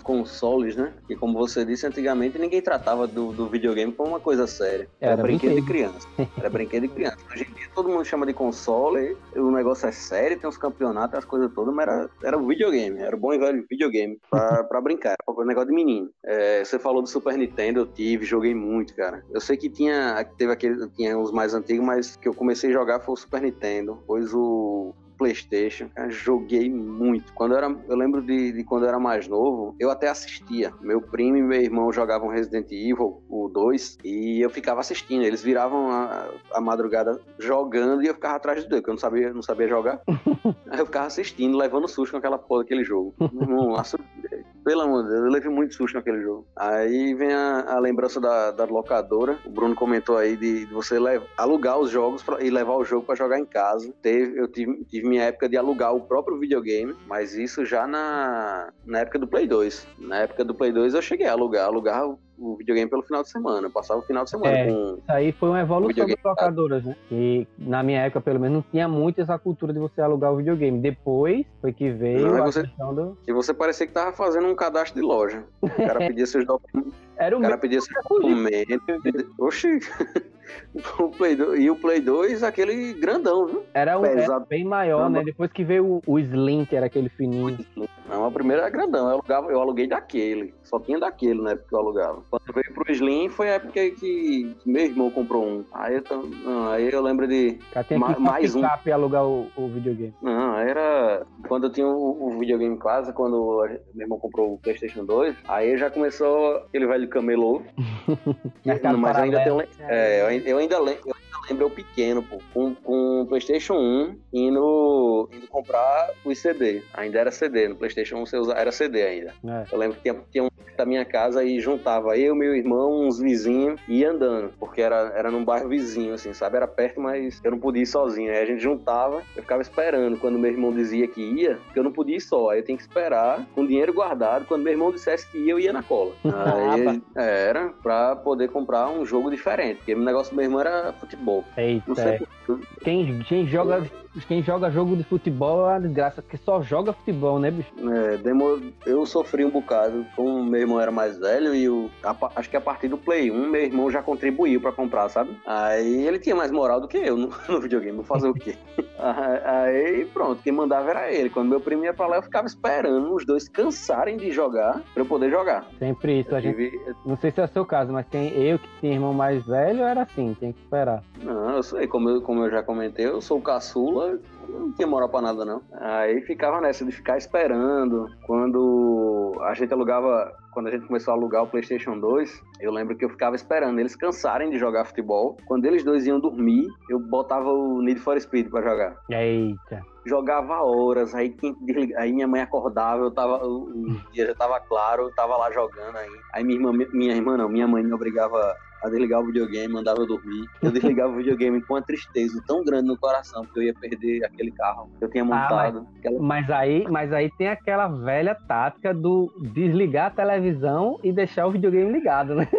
consoles, né? E como você disse, antigamente ninguém tratava do videogame como uma coisa séria. Era brinquedo de criança. Era brinquedo de criança. Hoje em dia todo mundo chama de console, o negócio é sério, tem uns campeonatos, as coisas todas, mas era o videogame, era o bom e velho videogame pra brincar, era um negócio de menino. Você falou do Super Nintendo, eu joguei muito, cara. Eu sei que tinha uns mais antigos, mas que eu comecei a jogar foi o Super Nintendo, depois o PlayStation, cara, joguei muito. Eu lembro de quando eu era mais novo, eu até assistia. Meu primo e meu irmão jogavam Resident Evil, o 2, e eu ficava assistindo. Eles viravam a madrugada jogando e eu ficava atrás de dois, porque eu não sabia jogar. Aí eu ficava assistindo, levando susto com aquela porra daquele jogo. Pelo amor de Deus, eu levei muito susto naquele jogo. Aí vem a lembrança da locadora. O Bruno comentou aí de você alugar os jogos e levar o jogo pra jogar em casa. Eu tive minha época de alugar o próprio videogame, mas isso já na época do Play 2. Na época do Play 2 eu cheguei a alugar o videogame pelo final de semana. Eu passava o final de semana com... Isso aí foi uma evolução das locadoras, né? E na minha época, pelo menos, não tinha muito essa cultura de você alugar o videogame. Depois foi que veio questão do... E você parecia que tava fazendo um cadastro de loja. O cara pedia seus documentos. Era o cara pedia seus documentos. Oxi! O Play 2, aquele grandão, viu? Era bem maior, né? Depois que veio o Slim, que era aquele fininho. Não, a primeira era grandão. Eu aluguei daquele. Só tinha daquele na época que eu alugava. Quando veio pro Slim, foi a época que meu irmão comprou um. Aí eu lembro de mais um. E alugar o videogame. Não, era... Quando eu tinha o videogame em casa, quando meu irmão comprou o PlayStation 2, aí já começou aquele velho camelô. Mas eu ainda tenho... Eu ainda lembro eu pequeno, pô, com o PlayStation 1 indo comprar os CD. Ainda era CD, no PlayStation 1 você era CD ainda. Eu lembro que tinha um da minha casa e juntava eu, meu irmão, uns vizinhos e ia andando, porque era num bairro vizinho, assim, sabe? Era perto, mas eu não podia ir sozinho. Aí a gente juntava, eu ficava esperando quando meu irmão dizia que ia, porque eu não podia ir só. Aí eu tinha que esperar com dinheiro guardado. Quando meu irmão dissesse que ia, eu ia na cola. Aí era pra poder comprar um jogo diferente, porque o negócio do meu irmão era futebol. Eita, quem joga jogo de futebol é uma desgraça, porque só joga futebol, né, bicho? Eu sofri um bocado, como meu irmão era mais velho e acho que a partir do Play 1, meu irmão já contribuiu pra comprar, sabe? Aí ele tinha mais moral do que eu no videogame, vou fazer o quê? Aí pronto, quem mandava era ele. Quando meu primo ia pra lá, eu ficava esperando os dois cansarem de jogar pra eu poder jogar. Sempre isso, não sei se é o seu caso, mas eu que tinha irmão mais velho, era assim, tem que esperar. Não, eu sei, como eu já comentei, eu sou o caçula, não tinha moral pra nada não. Aí ficava nessa de ficar esperando. Quando a gente começou a alugar o PlayStation 2, eu lembro que eu ficava esperando eles cansarem de jogar futebol. Quando eles dois iam dormir, eu botava o Need for Speed pra jogar. Eita. Jogava horas, aí minha mãe acordava, o dia já tava claro, eu tava lá jogando aí. Aí minha mãe me obrigava a desligar o videogame, mandava eu dormir. Eu desligava o videogame com uma tristeza tão grande no coração, porque eu ia perder aquele carro que eu tinha montado. Mas aí tem aquela velha tática do desligar a televisão e deixar o videogame ligado, né?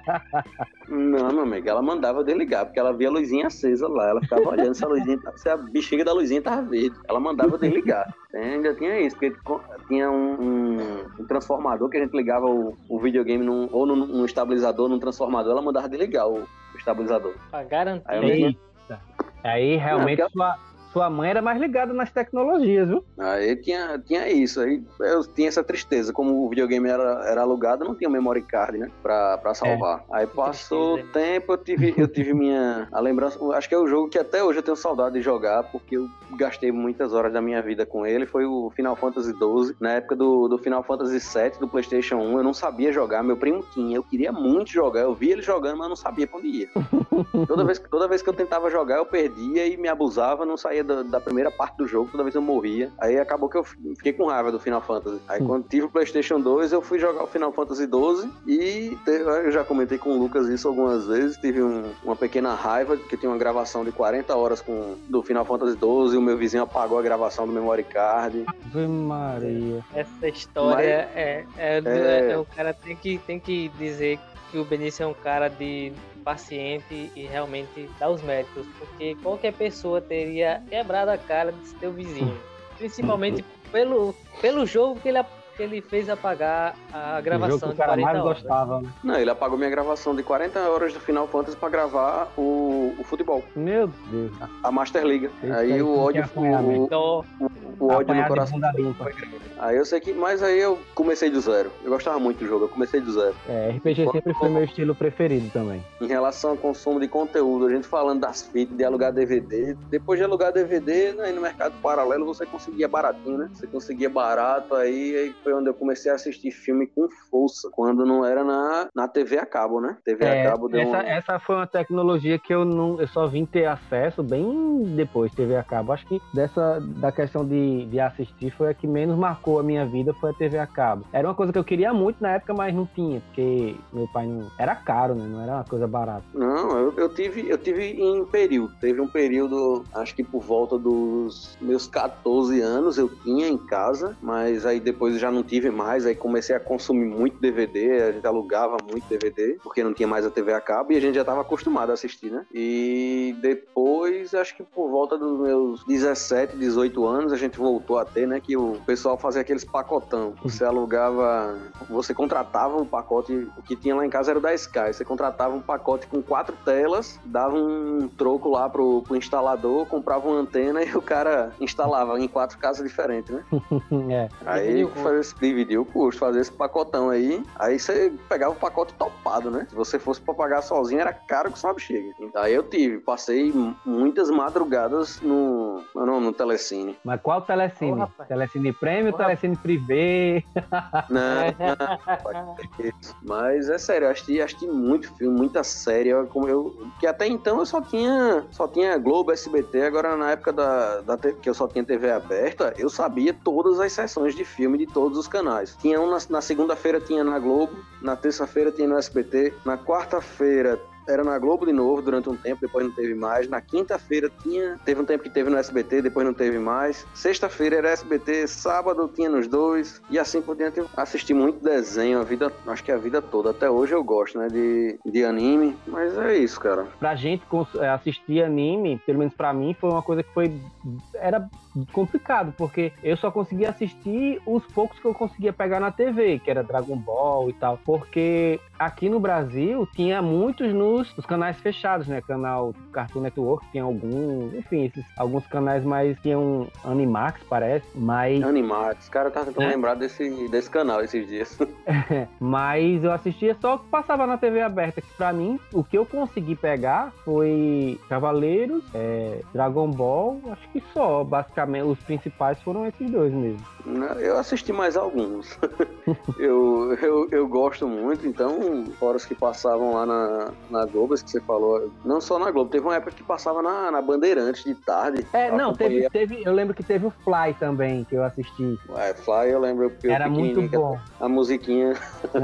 Não, meu amigo, ela mandava eu desligar, porque ela via a luzinha acesa lá, ela ficava olhando se a bexiga da luzinha tava verde. Ela mandava eu desligar. Ainda tinha isso, porque tinha um transformador que a gente ligava o videogame num estabilizador, num transformador, ela mandava desligar o estabilizador. Pra garantir. Aí realmente sua mãe era mais ligada nas tecnologias, viu? Aí tinha isso, aí eu tinha essa tristeza, como o videogame era alugado, não tinha memory card, né, pra salvar. Aí passou o tempo, eu tive a lembrança, acho que é o jogo que até hoje eu tenho saudade de jogar, porque eu gastei muitas horas da minha vida com ele, foi o Final Fantasy XII, na época do Final Fantasy VII, do PlayStation 1, eu não sabia jogar, meu primo tinha, eu queria muito jogar, eu via ele jogando, mas eu não sabia pra onde ia. Toda vez que eu tentava jogar, eu perdia e me abusava, não saía da primeira parte do jogo, toda vez eu morria. Aí acabou que eu fiquei com raiva do Final Fantasy. Aí quando tive o PlayStation 2, eu fui jogar o Final Fantasy 12 e eu já comentei com o Lucas isso algumas vezes, tive uma pequena raiva, porque tinha uma gravação de 40 horas do Final Fantasy 12 e o meu vizinho apagou a gravação do memory card. Ave Maria. Essa história o cara tem que dizer que o Benício é um cara paciente e realmente dá os méritos, porque qualquer pessoa teria quebrado a cara de seu vizinho, principalmente pelo jogo que ele que ele fez apagar a gravação o jogo que o de cara 40 mais horas. gostava, né? Não, ele apagou minha gravação de 40 horas do Final Fantasy pra gravar o futebol, Meu Deus. a Master League. Isso Aí aí o não ódio, tinha apanhamento. Então, o ódio no Apanhar de coração. bunda limpa. Aí eu sei que, mas aí eu comecei do zero. Eu gostava muito do jogo, eu comecei do zero. RPG sempre foi meu estilo preferido também. Em relação ao consumo de conteúdo, a gente falando das fitas, de alugar DVD. Depois de alugar DVD, aí no mercado paralelo você conseguia baratinho, né? Você conseguia barato, aí foi onde eu comecei a assistir filme com força, quando não era na TV a cabo, né? TV a cabo deu essa foi uma tecnologia que eu só vim ter acesso bem depois, TV a cabo. Acho que da questão de assistir foi a que menos marcou a minha vida, foi a TV a cabo. Era uma coisa que eu queria muito na época, mas não tinha, porque meu pai não... Era caro, né? Não era uma coisa barata. Não, eu tive em período. Teve um período, acho que por volta dos meus 14 anos eu tinha em casa, mas aí depois eu já não tive mais, aí comecei a consumir muito DVD, a gente alugava muito DVD, porque não tinha mais a TV a cabo e a gente já estava acostumado a assistir, né? E depois, acho que por volta dos meus 17, 18 anos, a gente voltou a ter, né, que o pessoal fazia aqueles pacotão. Você alugava, você contratava um pacote, o que tinha lá em casa era o da Sky, você contratava um pacote com 4 telas, dava um troco lá pro instalador, comprava uma antena e o cara instalava em 4 casas diferentes, né? Aí dividia o custo, fazer esse pacotão aí você pegava o pacote topado, né? Se você fosse pra pagar sozinho, era caro que só bexiga. Aí eu passei muitas madrugadas no Telecine. Mas qual Telecine? Telecine Premium ou Telecine Privé? Não. Mas é sério, eu assisti muito filme, muita série. Que até então eu só tinha Globo, SBT. Agora na época que eu só tinha TV aberta, eu sabia todas as sessões de filme de todos os canais. Tinha na segunda-feira tinha na Globo, na terça-feira tinha no SBT, na quarta-feira era na Globo de novo durante um tempo, depois não teve mais. Na quinta-feira teve um tempo que teve no SBT, depois não teve mais. Sexta-feira era SBT, sábado tinha nos dois, e assim por diante. Eu assisti muito desenho, acho que a vida toda. Até hoje eu gosto, né, de anime, mas é isso, cara. Pra gente assistir anime, pelo menos pra mim, foi uma coisa que era complicado, porque eu só conseguia assistir os poucos que eu conseguia pegar na TV, que era Dragon Ball e tal, porque aqui no Brasil tinha muitos nos canais fechados, né? Canal Cartoon Network, tinha alguns, enfim, alguns canais mais, tinham Animax, parece, mas... Animax, cara, eu tava tentando lembrar desse canal esses dias. Mas eu assistia só o que passava na TV aberta, que pra mim, o que eu consegui pegar foi Cavaleiros, Dragon Ball, acho que só, basicamente, os principais foram esses dois mesmo. Eu assisti mais alguns. eu gosto muito, então, fora os que passavam lá na Globo, que você falou, não só na Globo, teve uma época que passava na Bandeirantes de tarde. Eu lembro que teve o Fly também, que eu assisti. Fly eu lembro. Era muito bom. A musiquinha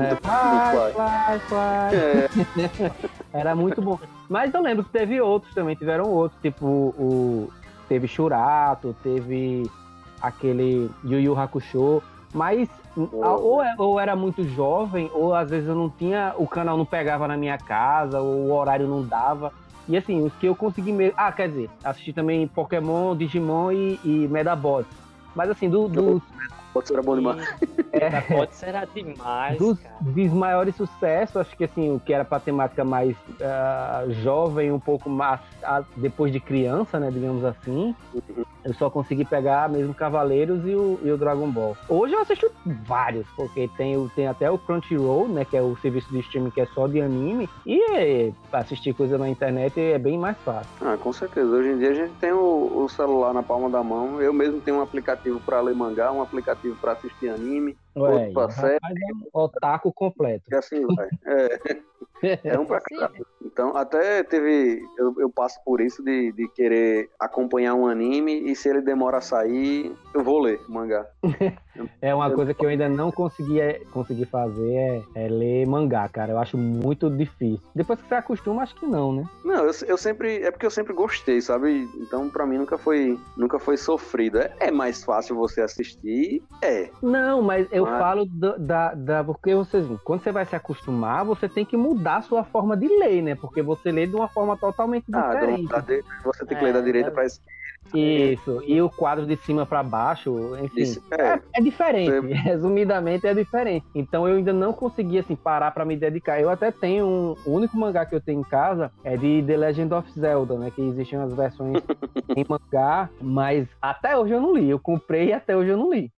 Fly. Era muito bom. Mas eu lembro que teve outros também, tiveram outros, tipo teve Churato, teve aquele Yu Yu Hakusho, mas ou era muito jovem, ou às vezes eu não tinha, o canal não pegava na minha casa, ou o horário não dava. E assim, os que eu consegui mesmo... quer dizer, assisti também Pokémon, Digimon e Medabots. Mas assim, Pode ser bom demais. Pode ser demais, dos maiores sucessos, acho que assim, o que era pra temática mais jovem, um pouco mais depois de criança, né, digamos assim, eu só consegui pegar mesmo Cavaleiros e o Dragon Ball. Hoje eu assisto vários, porque tem até o Crunchyroll, né, que é o serviço de streaming que é só de anime, e assistir coisa na internet é bem mais fácil. Com certeza. Hoje em dia a gente tem o celular na palma da mão. Eu mesmo tenho um aplicativo para ler mangá, um aplicativo para assistir anime, outro para série. É um otaku completo. E assim vai. É um pra cada. Então, até eu passo por isso de querer acompanhar um anime, e se ele demora a sair, eu vou ler o mangá. É uma coisa que eu ainda não consegui fazer, é ler mangá, cara. Eu acho muito difícil. Depois que você acostuma, acho que não, né? Não, é porque eu sempre gostei, sabe? Então, pra mim, nunca foi sofrido. É mais fácil você assistir, Não, mas eu falo porque quando você vai se acostumar, você tem que mudar a sua forma de ler, né? Porque você lê de uma forma totalmente diferente. Você tem que ler da direita pra esquerda, Isso, e o quadro de cima para baixo, enfim, Isso, é diferente, resumidamente é diferente. Então eu ainda não consegui, assim, parar para me dedicar. Eu até tenho o único mangá que eu tenho em casa é de The Legend of Zelda, né, que existem as versões em mangá, mas até hoje eu não li. Eu comprei e até hoje eu não li.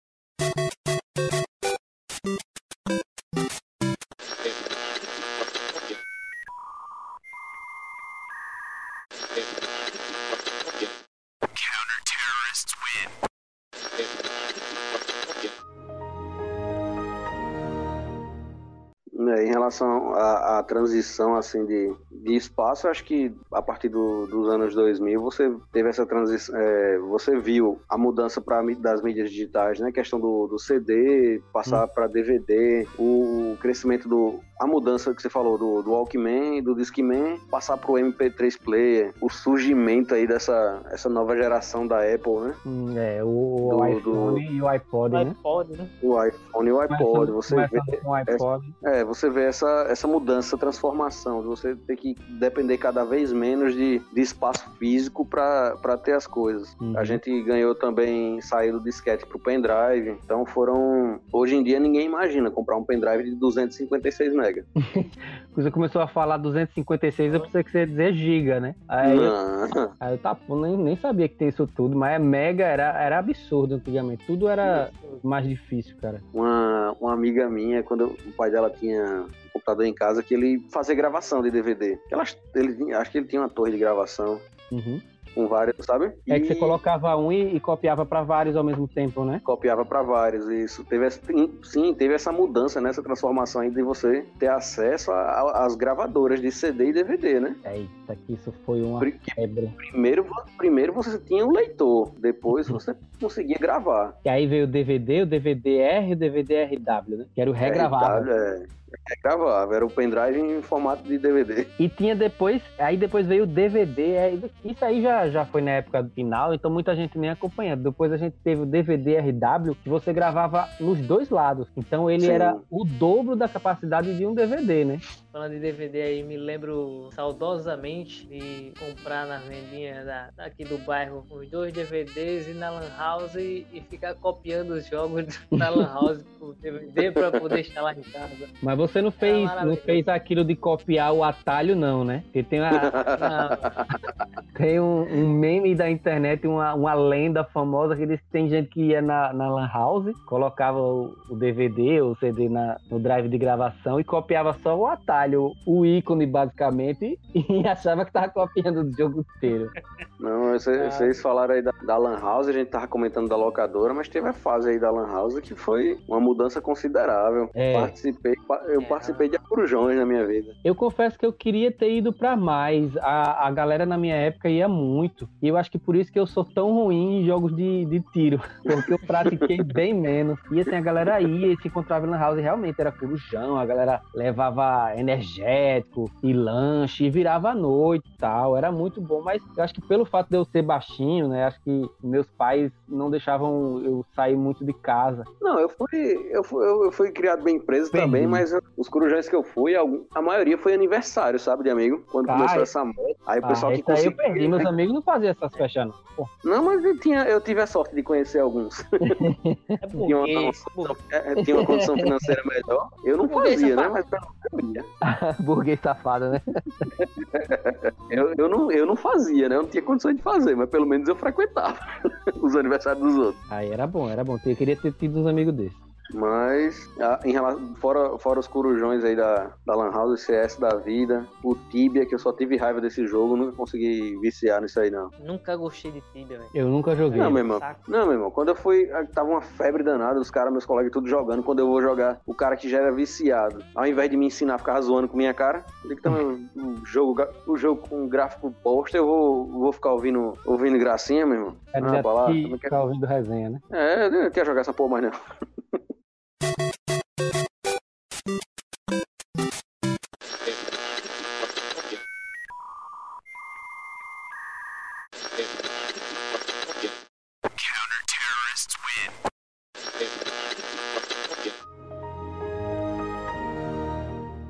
Em relação à transição assim de espaço, acho que a partir dos anos 2000 você teve essa transição, você viu a mudança das mídias digitais, né? A questão do CD passar para DVD, o crescimento a mudança que você falou do Walkman, do Discman, passar para o MP3 Player, o surgimento aí essa nova geração da Apple, né? O iPhone e o iPod, né? O iPhone e o iPod, você vê com o iPod. você vê essa mudança, essa transformação, de você ter que depender cada vez menos de espaço físico para ter as coisas. A gente ganhou também, saiu do disquete pro pendrive, então hoje em dia ninguém imagina comprar um pendrive de 256 MB. Você começou a falar 256, eu pensei que você ia dizer giga, né? Aí eu nem sabia que tem isso tudo, mas mega era absurdo antigamente, tudo era mais difícil, cara. Uma amiga minha, quando o pai dela tinha um computador em casa, que ele fazia gravação de DVD. Acho que ele tinha uma torre de gravação. Com vários, sabe? Que você colocava um e copiava para vários ao mesmo tempo, né? Copiava para vários, isso. Teve essa mudança, né? Essa transformação aí de você ter acesso às gravadoras de CD e DVD, né? Eita, que isso foi uma febre. Primeiro você tinha um leitor, depois você conseguia gravar. E aí veio o DVD, o DVD-R e o DVD-RW, né? Que era o regravável. Regravável, era o pendrive em formato de DVD. E tinha depois veio o DVD, isso aí já foi na época final, então muita gente nem acompanhando. Depois a gente teve o DVD-RW, que você gravava nos dois lados, então ele era o dobro da capacidade de um DVD, né? Falando de DVD aí, me lembro saudosamente de comprar na vendinha aqui do bairro os 2 DVDs e na Lan House e ficar copiando os jogos na Lan House pro DVD pra poder instalar em casa. Mas você não fez aquilo de copiar o atalho, não, né? Porque tem um meme da internet, uma lenda famosa que tem gente que ia na Lan House, colocava o DVD ou o CD no drive de gravação e copiava só o atalho, o ícone basicamente, e achava que tava copiando o jogo inteiro. Não, vocês falaram aí da Lan House, a gente tava comentando da locadora, mas teve a fase aí da Lan House que foi uma mudança considerável. Eu participei de corujões na minha vida. Eu confesso que eu queria ter ido pra mais. A galera na minha época ia muito. E eu acho que por isso que eu sou tão ruim em jogos de tiro. Porque eu pratiquei bem menos. E assim, a galera ia e se encontrava na house. Realmente era corujão. A galera levava energético e lanche. E virava à noite e tal. Era muito bom. Mas eu acho que pelo fato de eu ser baixinho, né? Acho que meus pais não deixavam eu sair muito de casa. Não, eu fui criado bem preso também, mas os corujões que eu fui, a maioria foi aniversário, sabe, de amigo? Quando começou essa moda. Aí o pessoal que conseguiu... eu perdi, meus amigos não faziam essas festas, não. Pô. Não, mas eu tive a sorte de conhecer alguns. Tinha uma condição financeira melhor. Eu não fazia, né? Mas eu ia. Burguês safado, né? eu não fazia, né? Eu não tinha condições de fazer, mas pelo menos eu frequentava os aniversários dos outros. Aí era bom. Eu queria ter tido uns amigos desses. Mas, fora os corujões aí da Lan House, CS da vida, o Tibia, que eu só tive raiva desse jogo, nunca consegui viciar nisso aí, não. Nunca gostei de Tibia, velho. Eu nunca joguei. Não, meu irmão, quando eu fui, tava uma febre danada, os caras, meus colegas, tudo jogando. Quando eu vou jogar, o cara que já era viciado, ao invés de me ensinar, ficava zoando com minha cara. Eu digo, o jogo com gráfico posta, eu vou ficar ouvindo gracinha, meu irmão. Ficar ouvindo resenha, né? Eu não quero jogar essa porra mais, não.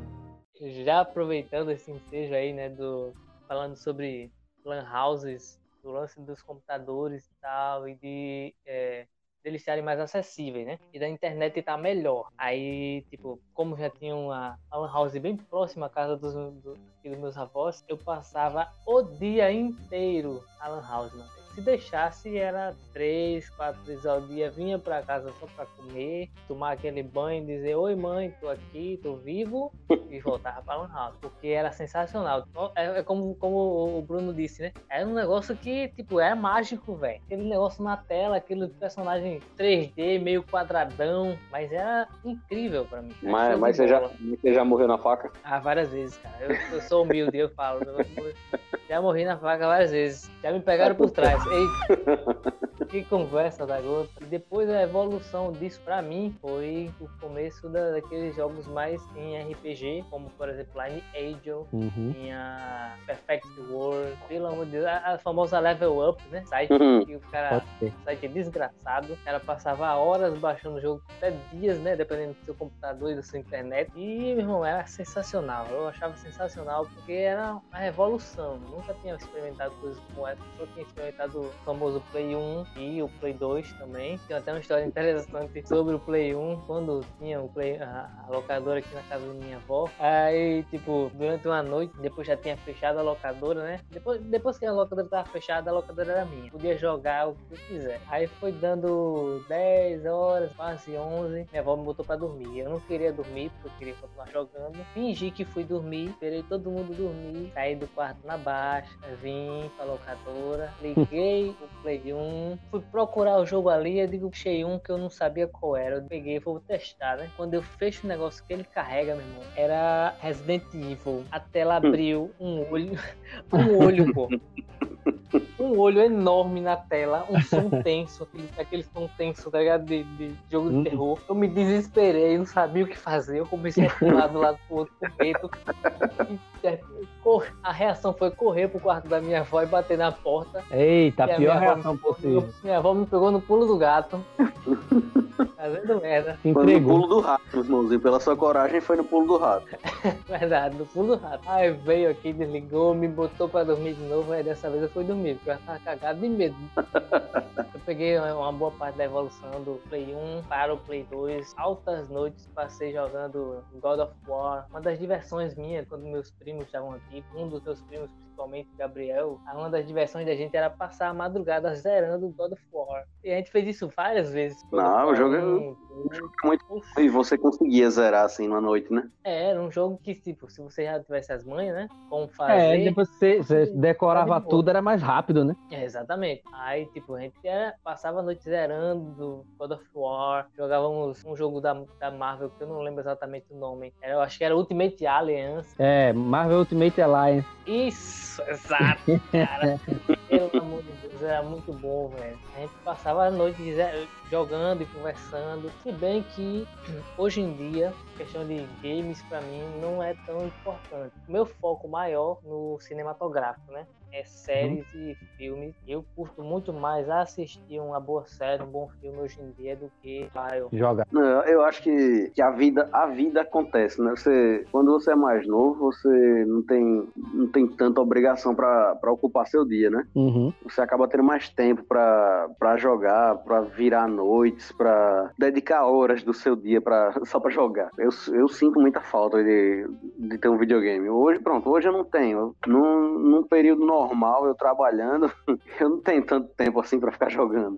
Já aproveitando esse ensejo aí, né, falando sobre lan houses, do lance dos computadores e tal, e deles estarem mais acessíveis, né? E da internet estar melhor. Aí, tipo, como já tinha uma lan house bem próxima à casa dos meus avós, eu passava o dia inteiro na lan house, mano. Se deixasse, era 3, 4 vezes ao dia, vinha pra casa só pra comer, tomar aquele banho, dizer, oi mãe, tô aqui, tô vivo, e voltava pra lan house, porque era sensacional. É como o Bruno disse, né? Era um negócio que, tipo, é mágico, velho. Aquele negócio na tela, aquele personagem 3D, meio quadradão, mas era incrível pra mim. Mas você já morreu na faca? Ah, várias vezes, cara. Eu sou humilde, eu falo. Já morri na faca várias vezes. Já me pegaram por trás. Ei, que conversa da gota. E depois a evolução disso pra mim foi o começo daqueles jogos mais em RPG, como por exemplo Lineage, tinha Perfect World, pelo amor de Deus, a famosa Level Up, né? Site que o cara, site desgraçado, o cara passava horas baixando o jogo, até dias, né? Dependendo do seu computador e da sua internet. E, meu irmão, era sensacional. Eu achava sensacional porque era uma revolução. Eu nunca tinha experimentado coisas como essa, só tinha experimentado o famoso Play 1 e o Play 2 também. Tem até uma história interessante sobre o Play 1, quando tinha a locadora aqui na casa da minha avó. Aí, tipo, durante uma noite, depois já tinha fechado a locadora, né? Depois que a locadora tava fechada, a locadora era minha. Podia jogar o que eu quiser. Aí foi dando 10 horas, quase 11. Minha avó me botou pra dormir. Eu não queria dormir, porque eu queria continuar jogando. Fingi que fui dormir, esperei todo mundo dormir. Saí do quarto na baixa, vim pra locadora, liguei o Play 1, fui procurar o jogo ali, eu digo, achei um que eu não sabia qual era. Eu peguei e vou testar, né? Quando eu fecho o negócio que ele carrega, meu irmão, era Resident Evil. A tela abriu, um olho, pô. Um olho enorme na tela, um som tenso, aquele som tenso, tá ligado? De jogo de terror. Eu me desesperei, não sabia o que fazer. Eu comecei a pular do lado pro outro correto. A reação foi correr pro quarto da minha avó e bater na porta. Eita, a pior reação possível. Minha avó me pegou no pulo do gato. Fazendo merda. Foi no pulo do rato, irmãozinho. Pela sua coragem, foi no pulo do rato. Verdade, no pulo do rato. Aí veio aqui, desligou, me botou pra dormir de novo. Aí dessa vez eu fui dormir, porque eu já tava cagado de medo. Eu peguei uma boa parte da evolução do Play 1 para o Play 2. Altas noites passei jogando God of War. Uma das diversões minhas, quando meus primos estavam aqui, um dos meus primos, principalmente Gabriel, uma das diversões da gente era passar a madrugada zerando God of War. E a gente fez isso várias vezes. Não, o jogo é muito... E você conseguia zerar assim numa noite, né? Era um jogo que, tipo, se você já tivesse as manhas, né? Como fazer... depois você decorava tudo, era mais rápido, né? Exatamente. Aí, tipo, a gente passava a noite zerando God of War, jogávamos um jogo da Marvel, que eu não lembro exatamente o nome. Eu acho que era Ultimate Alliance. Marvel Ultimate Alliance. Isso, exato, cara. Pelo amor de Deus, era muito bom, velho. A gente passava a noite jogando e conversando. Se bem que, hoje em dia, a questão de games, pra mim, não é tão importante. Meu foco maior no cinematográfico, né? É séries e filmes. Eu curto muito mais assistir uma boa série, um bom filme hoje em dia do que jogar. Eu acho que a vida acontece, né? Quando você é mais novo, você não tem tanta obrigação pra ocupar seu dia, né? Você acaba tendo mais tempo pra jogar, pra virar noites, pra dedicar horas do seu dia só pra jogar. Eu sinto muita falta de ter um videogame. Hoje eu não tenho. Num período normal, eu trabalhando, eu não tenho tanto tempo assim pra ficar jogando.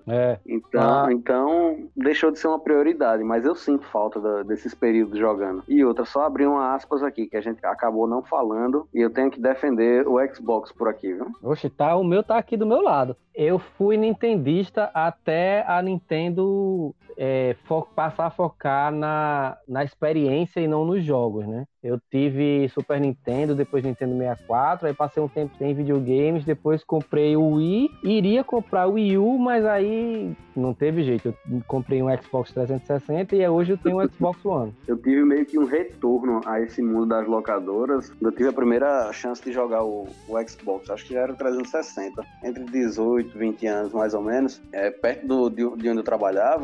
Então, deixou de ser uma prioridade, mas eu sinto falta desses períodos jogando. E outra, só abrir uma aspas aqui, que a gente acabou não falando, e eu tenho que defender o Xbox por aqui, viu? Oxe, o meu tá aqui do meu lado. Eu fui nintendista até a Nintendo passar a focar na experiência e não nos jogos, né? Eu tive Super Nintendo, depois Nintendo 64, aí passei um tempo sem videogames, depois comprei o Wii, iria comprar o Wii U, mas aí não teve jeito. Eu comprei um Xbox 360 e hoje eu tenho um Xbox One. Eu tive meio que um retorno a esse mundo das locadoras. Eu tive a primeira chance de jogar o Xbox, acho que já era o 360, entre 18 e 20 anos mais ou menos, perto de onde eu trabalhava, tinha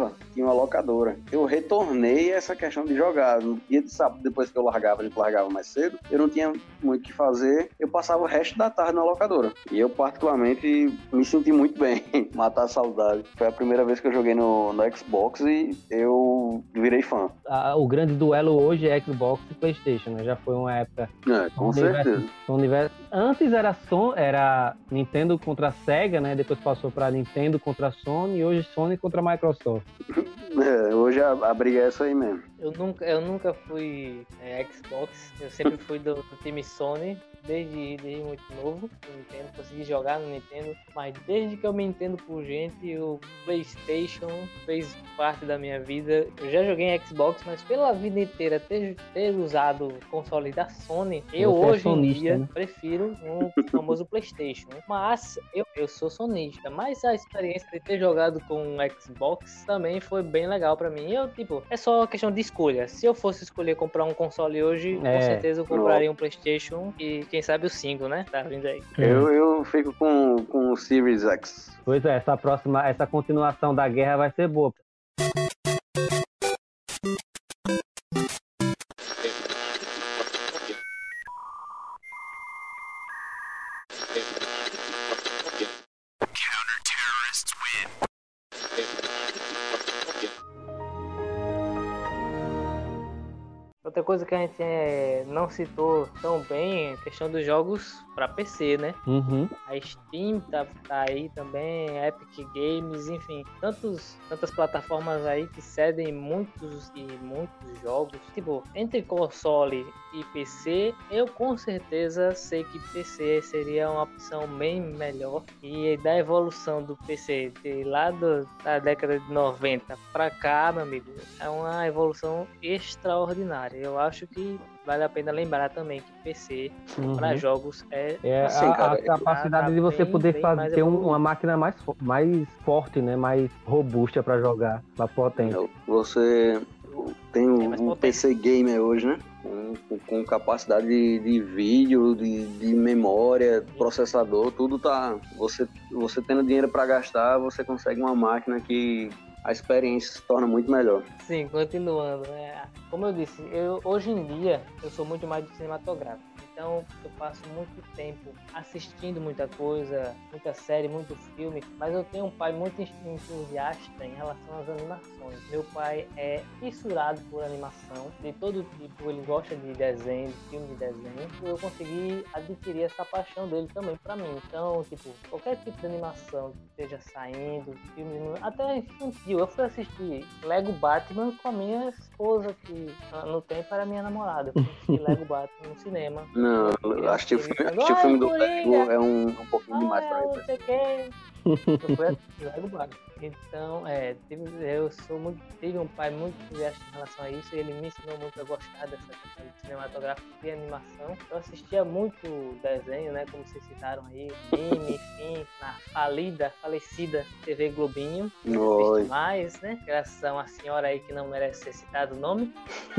uma locadora. Eu retornei essa questão de jogar. No dia de sábado, depois que eu largava, a gente largava mais cedo, eu não tinha muito o que fazer, eu passava o resto da tarde na locadora. E eu, particularmente, me senti muito bem, matar a saudade. Foi a primeira vez que eu joguei no Xbox e eu virei fã. O grande duelo hoje é Xbox e PlayStation, né? Já foi uma época... Com certeza. Antes era Nintendo contra Sega, né? Depois passou para Nintendo contra Sony e hoje Sony contra Microsoft. Hoje a briga é essa aí mesmo. Eu nunca fui Xbox, eu sempre fui do time Sony, desde muito novo, no Nintendo, consegui jogar no Nintendo, mas desde que eu me entendo por gente, o PlayStation fez parte da minha vida. Eu já joguei em Xbox, mas pela vida inteira ter usado o console da Sony, eu hoje em dia, né? Prefiro o famoso PlayStation. Mas eu sou sonista, mas a experiência de ter jogado com um Xbox também foi bem legal pra mim. É só questão de escolha. Se eu fosse escolher comprar um console hoje, com certeza eu compraria um PlayStation e quem sabe o 5, né? Tá vindo aí. Eu fico com o Series X. Pois é, essa continuação da guerra vai ser boa. Outra coisa que a gente não citou tão bem é a questão dos jogos para PC, né? Uhum. A Steam tá aí também, Epic Games, enfim, tantas plataformas aí que cedem muitos jogos. Tipo, entre console e PC, eu com certeza sei que PC seria uma opção bem melhor. E da evolução do PC de lá da década de 90 para cá, meu amigo, é uma evolução extraordinária. Eu acho que vale a pena lembrar também que PC para jogos assim, a capacidade de você poder ter uma máquina mais forte, né? Mais robusta para jogar, mais potente. Você tem um PC gamer hoje, né? Com capacidade de vídeo, de memória, processador, tudo tá. Você tendo dinheiro para gastar, você consegue uma máquina que a experiência se torna muito melhor. Sim, continuando, né? Como eu disse, hoje em dia eu sou muito mais do cinematográfico. Então eu passo muito tempo assistindo muita coisa, muita série, muito filme, mas eu tenho um pai muito entusiasta em relação às animações. Meu pai é fissurado por animação, de todo tipo, ele gosta de desenho, de filme de desenho. Eu consegui adquirir essa paixão dele também pra mim. Então, tipo, qualquer tipo de animação que esteja saindo, filme, até infantil. Eu fui assistir Lego Batman com a minha esposa, que no tempo era minha namorada. Eu fui assistir Lego Batman no cinema. Não, acho que o filme do Lego é um pouquinho demais pra mim. Você quer? Eu fui assistir Lego Batman. Então, tive um pai muito entusiasta em relação a isso, e ele me ensinou muito a gostar dessa questão de cinematográfico e animação. Eu assistia muito desenho, né, como vocês citaram aí, anime, enfim, na falecida TV Globinho. Não mais, né, graças a uma senhora aí que não merece ser citado o nome.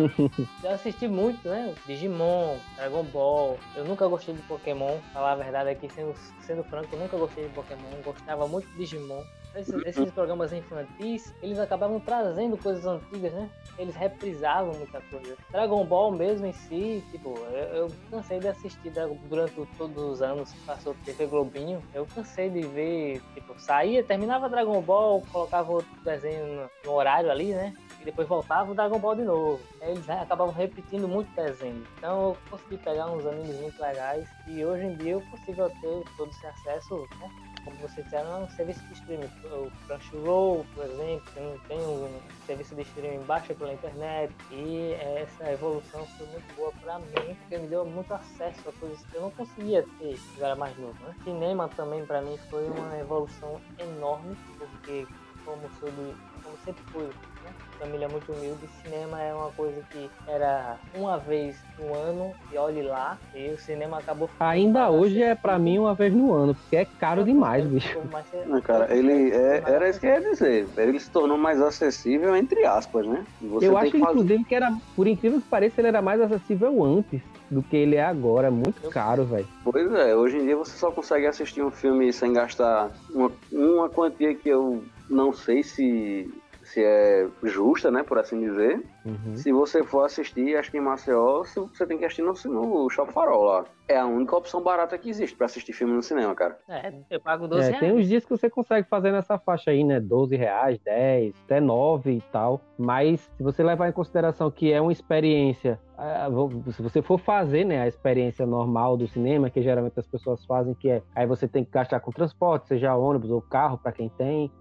Eu assisti muito, né, Digimon, Dragon Ball. Eu nunca gostei de Pokémon, falar a verdade aqui, sendo franco, eu nunca gostei de Pokémon, gostava muito de Digimon. Esses programas infantis, eles acabavam trazendo coisas antigas, né? Eles reprisavam muita coisa. Dragon Ball mesmo em si, tipo, eu cansei de assistir durante todos os anos que passou TV Globinho. Eu cansei de ver, tipo, terminava Dragon Ball, colocava outro desenho no horário ali, né? E depois voltava o Dragon Ball de novo. Eles acabavam repetindo muito desenho. Então eu consegui pegar uns animes muito legais e hoje em dia eu consigo ter todo esse acesso, né? Como vocês disseram, é um serviço de streaming. O Crunchyroll, por exemplo, que não tem um serviço de streaming baixo pela internet. E essa evolução foi muito boa pra mim, porque me deu muito acesso a coisas que eu não conseguia ter quando eu era mais novo, né? Cinema também pra mim foi uma evolução enorme, porque como sempre fui, né? Família muito humilde, cinema é uma coisa que era uma vez no ano e olhe lá, e o cinema acabou ainda hoje é pra mim uma vez no ano, porque é caro demais, bicho. Não, cara, era isso que eu ia dizer, ele se tornou mais acessível entre aspas, né? Eu acho inclusive que era, por incrível que pareça, ele era mais acessível antes do que ele é agora, é muito caro, velho. Pois é, hoje em dia você só consegue assistir um filme sem gastar uma quantia que eu não sei se se é justa, né, por assim dizer. Uhum. Se você for assistir, acho que em Maceió, você tem que assistir no Shopping Farol lá. É a única opção barata que existe pra assistir filme no cinema, cara. Eu pago 12 Tem uns reais. dias que você consegue fazer nessa faixa aí, né? 12 reais, 10, até 9 e tal. Mas se você levar em consideração que é uma experiência, se você for fazer, né, a experiência normal do cinema, que geralmente as pessoas fazem, que é, aí você tem que gastar com transporte, seja ônibus ou carro para quem tem,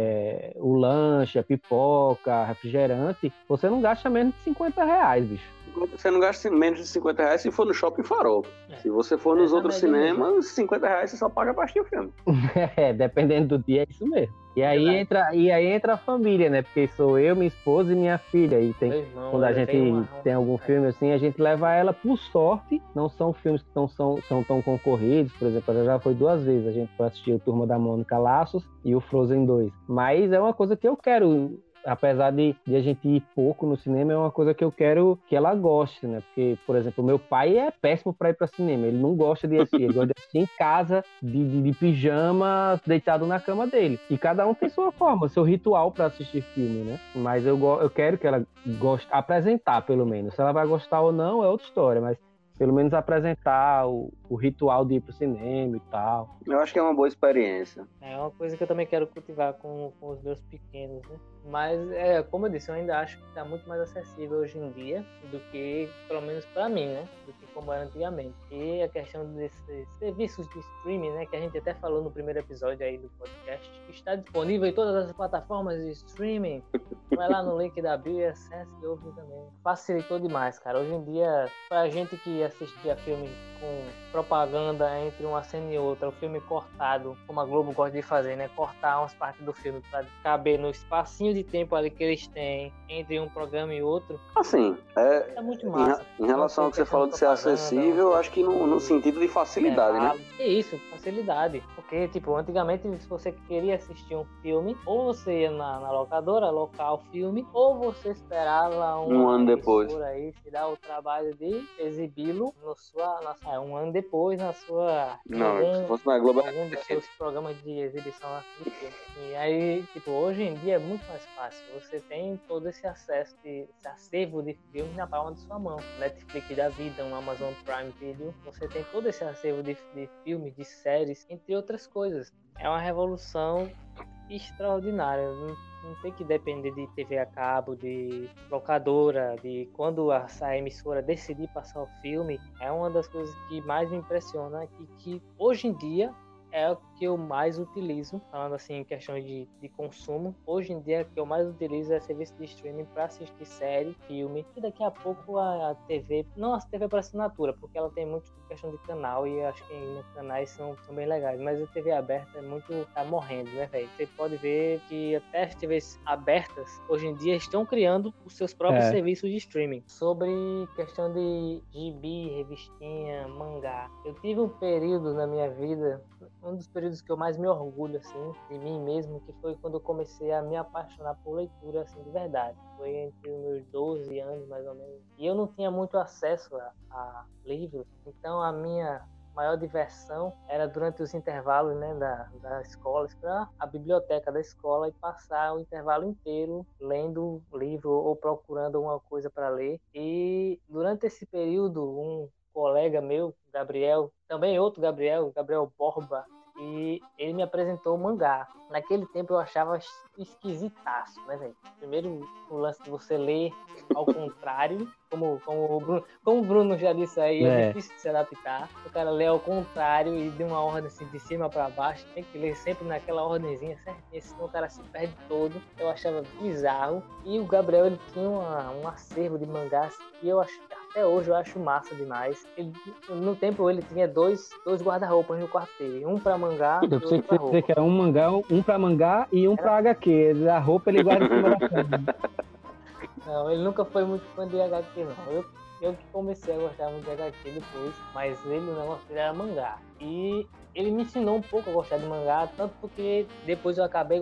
o lanche, a pipoca, refrigerante, você não gasta menos de 50 reais, bicho. Você não gasta menos de 50 reais se for no Shopping Farol. Se você for nos outros cinemas, 50 reais você só paga pra assistir o filme. Dependendo do dia, é isso mesmo. E aí entra a família, né? Porque sou eu, minha esposa e minha filha. E quando a gente tem algum filme assim, a gente leva ela. Por sorte, não são filmes que são tão concorridos. Por exemplo, já foi 2 vezes. A gente foi assistir o Turma da Mônica Laços e o Frozen 2. Mas é uma coisa que eu quero. Apesar de a gente ir pouco no cinema, é uma coisa que eu quero que ela goste, né? Porque, por exemplo, o meu pai é péssimo para ir para cinema. Ele não gosta de assistir. Ele gosta de assistir em casa, de pijama, deitado na cama dele. E cada um tem sua forma, seu ritual para assistir filme, né? Mas eu quero que ela goste, apresentar, pelo menos. Se ela vai gostar ou não, é outra história. Mas pelo menos apresentar o ritual de ir pro cinema e tal. Eu acho que é uma boa experiência. É uma coisa que eu também quero cultivar com os meus pequenos, né? Mas, como eu disse, eu ainda acho que está muito mais acessível hoje em dia do que, pelo menos para mim, né? Do que como era antigamente. E a questão desses serviços de streaming, né? Que a gente até falou no primeiro episódio aí do podcast, que está disponível em todas as plataformas de streaming. Vai lá no link da bio e acesse e ouve também. Facilitou demais, cara. Hoje em dia, pra gente que assistia filme com propaganda entre uma cena e outra, o filme cortado, como a Globo gosta de fazer, né? Cortar umas partes do filme para caber no espacinho de tempo ali que eles têm entre um programa e outro. Assim, é muito massa. Em relação ao que você falou de ser acessível, eu acho que no sentido de facilidade, né? É isso, facilidade. Porque, tipo, antigamente, se você queria assistir um filme, ou você ia na locadora, alocar o filme, ou você esperava um ano depois aí se dá o trabalho de exibi-lo um ano depois na sua... se fosse na Globo, algum dos seus programas de exibição de filme. E aí, tipo, hoje em dia é muito mais fácil. Você tem todo esse acesso, esse acervo de filmes na palma de sua mão. Netflix da vida, um Amazon Prime Video, você tem todo esse acervo de filmes, de séries, entre outras coisas. É uma revolução extraordinária. Não tem que depender de TV a cabo, de locadora, de quando a emissora decidir passar o filme. É uma das coisas que mais me impressiona e que hoje em dia é o que eu mais utilizo, falando assim em questões de consumo. Hoje em dia, o que eu mais utilizo é serviço de streaming para assistir série, filme. E daqui a pouco a TV, não a TV para assinatura, porque ela tem muito questão de canal e acho que ainda canais são bem legais. Mas a TV aberta tá morrendo, né, velho? Você pode ver que até as TVs abertas, hoje em dia, estão criando os seus próprios serviços de streaming. Sobre questão de gibi, revistinha, mangá. Eu tive um período na minha vida, um dos períodos que eu mais me orgulho, assim, de mim mesmo, que foi quando eu comecei a me apaixonar por leitura, assim, de verdade. Foi entre os meus 12 anos, mais ou menos. E eu não tinha muito acesso a livros, então a minha maior diversão era durante os intervalos, né, da escola, para a biblioteca da escola e passar o intervalo inteiro lendo livro ou procurando alguma coisa para ler. E durante esse período, um colega meu, Gabriel, também outro Gabriel Borba, e ele me apresentou o mangá. Naquele tempo eu achava esquisitaço, né, velho? Primeiro o lance de você ler ao contrário, como o Bruno já disse aí, é difícil de se adaptar. O cara lê ao contrário e de uma ordem assim, de cima para baixo, tem que ler sempre naquela ordenzinha certinha, senão o cara se perde todo. Eu achava bizarro. E o Gabriel, ele tinha um acervo de mangás que eu acho, até hoje eu acho massa demais. No tempo ele tinha dois guarda-roupas no quarto dele, um para mangá e outro para roupa. Que era um para mangá e um para HQ. A roupa ele guarda em cima da cama. Não, ele nunca foi muito fã de HQ, não. Eu que comecei a gostar muito de HQ depois, mas ele não, ele era mangá. E ele me ensinou um pouco a gostar de mangá, tanto porque depois eu acabando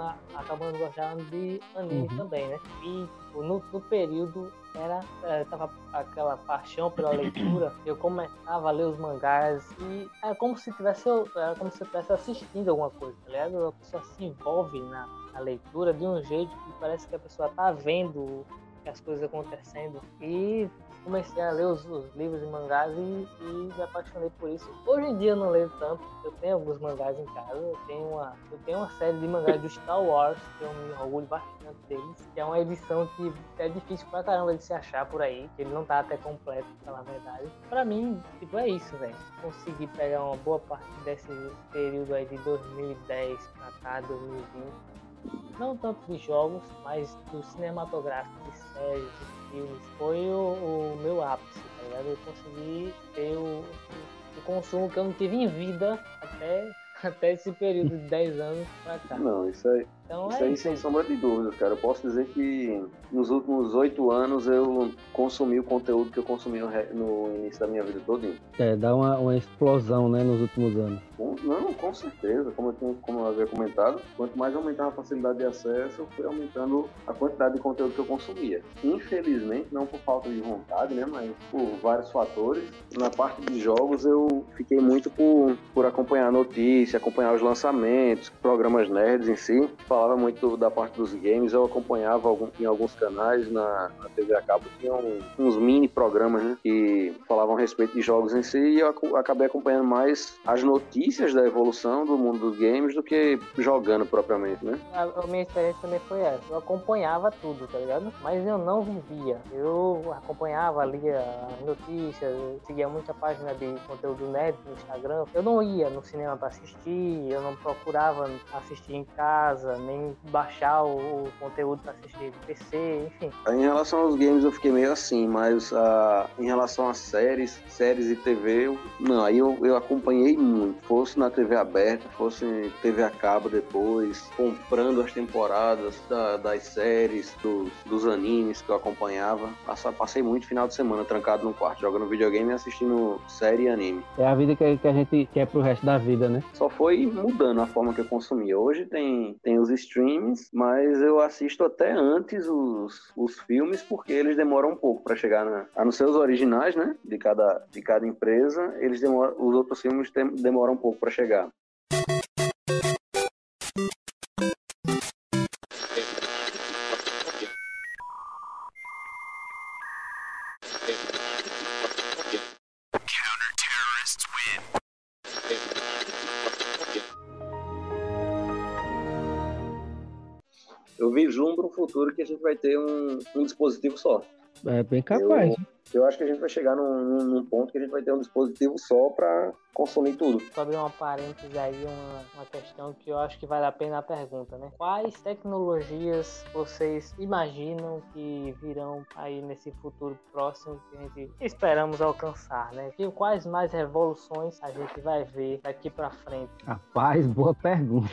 gostando de anime também, né? E no período tava aquela paixão pela leitura, eu começava a ler os mangás e era como se eu estivesse assistindo alguma coisa, tá ligado? A pessoa se envolve a leitura de um jeito que parece que a pessoa tá vendo as coisas acontecendo. E comecei a ler os livros e mangás e me apaixonei por isso. Hoje em dia eu não leio tanto, eu tenho alguns mangás em casa, eu tenho uma série de mangás do Star Wars, que eu me orgulho bastante deles, que é uma edição que é difícil pra caramba de se achar por aí, que ele não tá até completo, pra falar a verdade. Pra mim, tipo, é isso, velho. Consegui pegar uma boa parte desse período aí de 2010 pra cá, 2020. Não tanto de jogos, mas do cinematográfico, de séries, de filmes. Foi o meu ápice, tá ligado? Eu consegui ter o consumo que eu não tive em vida até esse período de 10 anos pra cá. Não, isso aí. Então Isso aí, sem sombra de dúvidas, cara. Eu posso dizer que nos últimos 8 anos eu consumi o conteúdo que eu consumi no início da minha vida todinha. Dá uma explosão, né, nos últimos anos. Não, com certeza. Como eu havia comentado, quanto mais aumentava a facilidade de acesso, eu fui aumentando a quantidade de conteúdo que eu consumia. Infelizmente, não por falta de vontade, né, mas por vários fatores. Na parte de jogos, eu fiquei muito por acompanhar a notícia, acompanhar os lançamentos, programas nerds em si. Falava muito da parte dos games, eu acompanhava em alguns canais na TV a cabo, tinha uns mini programas, né, que falavam a respeito de jogos em si, e eu acabei acompanhando mais as notícias da evolução do mundo dos games do que jogando propriamente, né? A minha experiência também foi essa. Eu acompanhava tudo, tá ligado? Mas eu não vivia. Eu acompanhava, lia as notícias, eu seguia muita página de conteúdo nerd no Instagram. Eu não ia no cinema pra assistir, eu não procurava assistir em casa, nem baixar o conteúdo para assistir no PC, enfim. Em relação aos games eu fiquei meio assim, mas em relação a séries e TV, aí eu acompanhei muito. Fosse na TV aberta, fosse em TV a cabo depois, comprando as temporadas das séries, dos animes que eu acompanhava. Passei muito final de semana trancado no quarto, jogando videogame e assistindo série e anime. É a vida que a gente quer pro resto da vida, né? Só foi mudando a forma que eu consumia. Hoje tem os streams, mas eu assisto até antes os filmes, porque eles demoram um pouco para chegar a não ser os originais, né, de cada empresa, os outros filmes demoram um pouco para chegar. Eu vislumbro um futuro que a gente vai ter um dispositivo só. É bem capaz. Eu acho que a gente vai chegar num ponto que a gente vai ter um dispositivo só para consumir tudo. Só abrir uma parêntese aí, uma questão que eu acho que vale a pena a pergunta, né? Quais tecnologias vocês imaginam que virão aí nesse futuro próximo que a gente esperamos alcançar, né? E quais mais revoluções a gente vai ver daqui para frente? Rapaz, boa pergunta.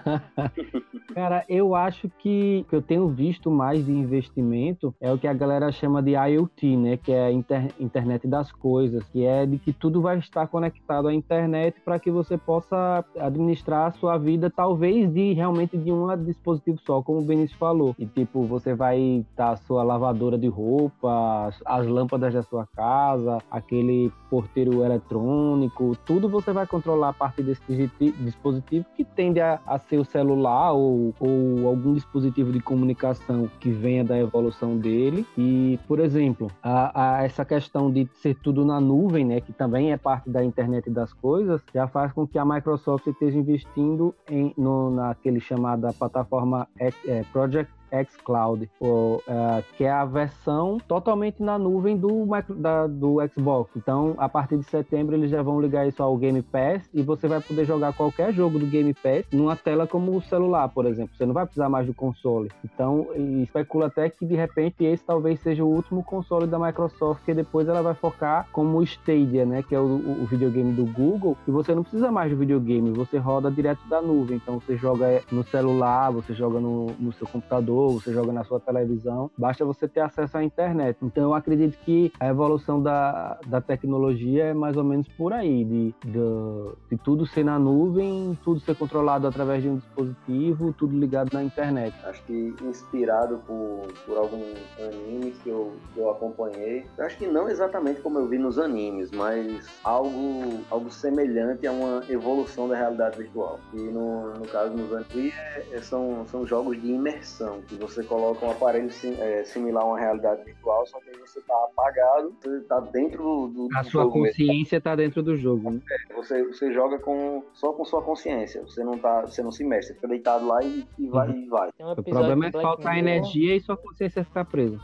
Cara, eu acho que eu tenho visto mais de investimento é o que a galera chama de IoT, né? Que é a internet das coisas, que é de que tudo vai estar conectado à internet para que você possa administrar a sua vida, talvez realmente de um dispositivo só, como o Benício falou. E tipo, você vai estar a sua lavadora de roupa, as lâmpadas da sua casa, aquele porteiro eletrônico, tudo você vai controlar a partir desse dispositivo que tende a ser o celular ou algum dispositivo de comunicação que venha da evolução dele. E, por exemplo, essa questão de ser tudo na nuvem, né, que também é parte da internet das coisas, já faz com que a Microsoft esteja investindo naquele chamada plataforma Project xCloud, que é a versão totalmente na nuvem do Xbox. Então, a partir de setembro, eles já vão ligar isso ao Game Pass e você vai poder jogar qualquer jogo do Game Pass numa tela como o celular, por exemplo. Você não vai precisar mais do console. Então, especula até que, de repente, esse talvez seja o último console da Microsoft, que depois ela vai focar como o Stadia, né, que é o videogame do Google, e você não precisa mais do videogame, você roda direto da nuvem. Então, você joga no celular, você joga no seu computador, computador, você joga na sua televisão, basta você ter acesso à internet. Então eu acredito que a evolução da tecnologia é mais ou menos por aí, de tudo ser na nuvem, tudo ser controlado através de um dispositivo, tudo ligado na internet. Acho que inspirado por alguns animes que eu acompanhei, eu acho que não exatamente como eu vi nos animes, mas algo semelhante a uma evolução da realidade virtual. E no caso nos animes são jogos de imersão, que você coloca um aparelho similar a uma realidade virtual, só que aí você está apagado, você está dentro do a sua consciência está dentro do jogo, né? Você joga só com sua consciência, você não se mexe, você fica deitado lá e vai e vai. O problema é faltar energia e sua consciência ficar presa.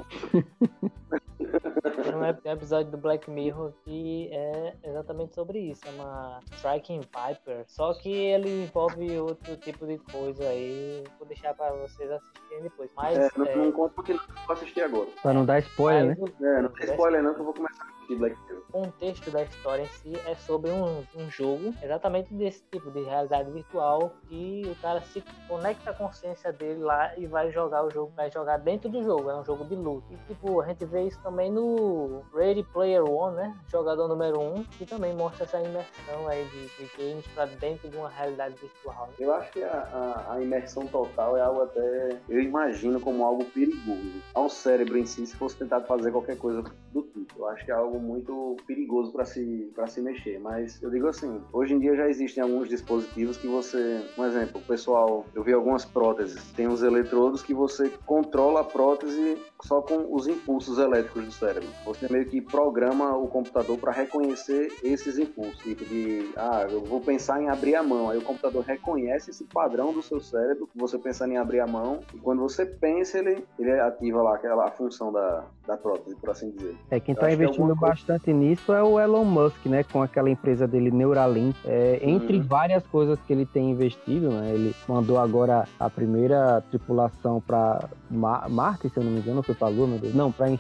Tem um episódio do Black Mirror que é exatamente sobre isso, é uma Striking Viper, só que ele envolve outro tipo de coisa aí, vou deixar pra vocês assistirem depois. Mas, não conta porque não vou assistir agora. Pra não dar spoiler, né? Não tem spoiler não, que eu vou começar a assistir Black Mirror. O contexto da história em si é sobre um jogo exatamente desse tipo de realidade virtual, que o cara se conecta a consciência dele lá e vai jogar o jogo, vai jogar dentro do jogo, é um jogo de luta. E tipo, a gente vê isso também no Ready Player One, né? Jogador número 1, que também mostra essa imersão aí de games pra dentro de uma realidade virtual. Né? Eu acho que a imersão total é algo até, eu imagino como algo perigoso ao cérebro em si, se fosse tentar fazer qualquer coisa do tipo. Eu acho que é algo muito perigoso para se mexer, mas eu digo assim, hoje em dia já existem alguns dispositivos que você, um exemplo, pessoal, eu vi algumas próteses, tem os eletrodos que você controla a prótese só com os impulsos elétricos do cérebro. Você meio que programa o computador para reconhecer esses impulsos, tipo de, eu vou pensar em abrir a mão, aí o computador reconhece esse padrão do seu cérebro, você pensando em abrir a mão, e quando você pensa, ele ativa lá a função da prótese, por assim dizer. Quem está investindo bastante nisso é o Elon Musk, né, com aquela empresa dele, Neuralink. Entre várias coisas que ele tem investido, né, ele mandou agora a primeira tripulação para Marte, se eu não me engano, foi para a Lua, meu Deus. Não, para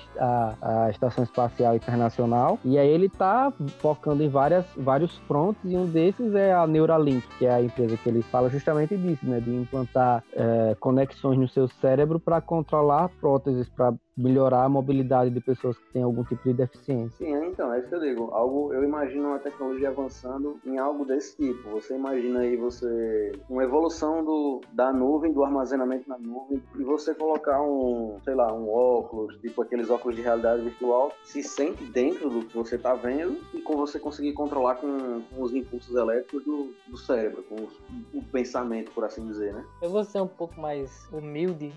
a Estação Espacial Internacional. E aí ele está focando em vários frontes, e um desses é a Neuralink, que é a empresa que ele fala justamente disso, né, de implantar conexões no seu cérebro para controlar próteses, para melhorar a mobilidade de pessoas que têm algum tipo de deficiência. Sim, então, é isso que eu digo. Eu imagino uma tecnologia avançando em algo desse tipo. Você imagina aí uma evolução da nuvem, do armazenamento na nuvem, e você colocar um óculos, tipo aqueles óculos de realidade virtual, se sente dentro do que você está vendo, e com você conseguir controlar com os impulsos elétricos do cérebro, com o pensamento, por assim dizer, né? Eu vou ser um pouco mais humilde.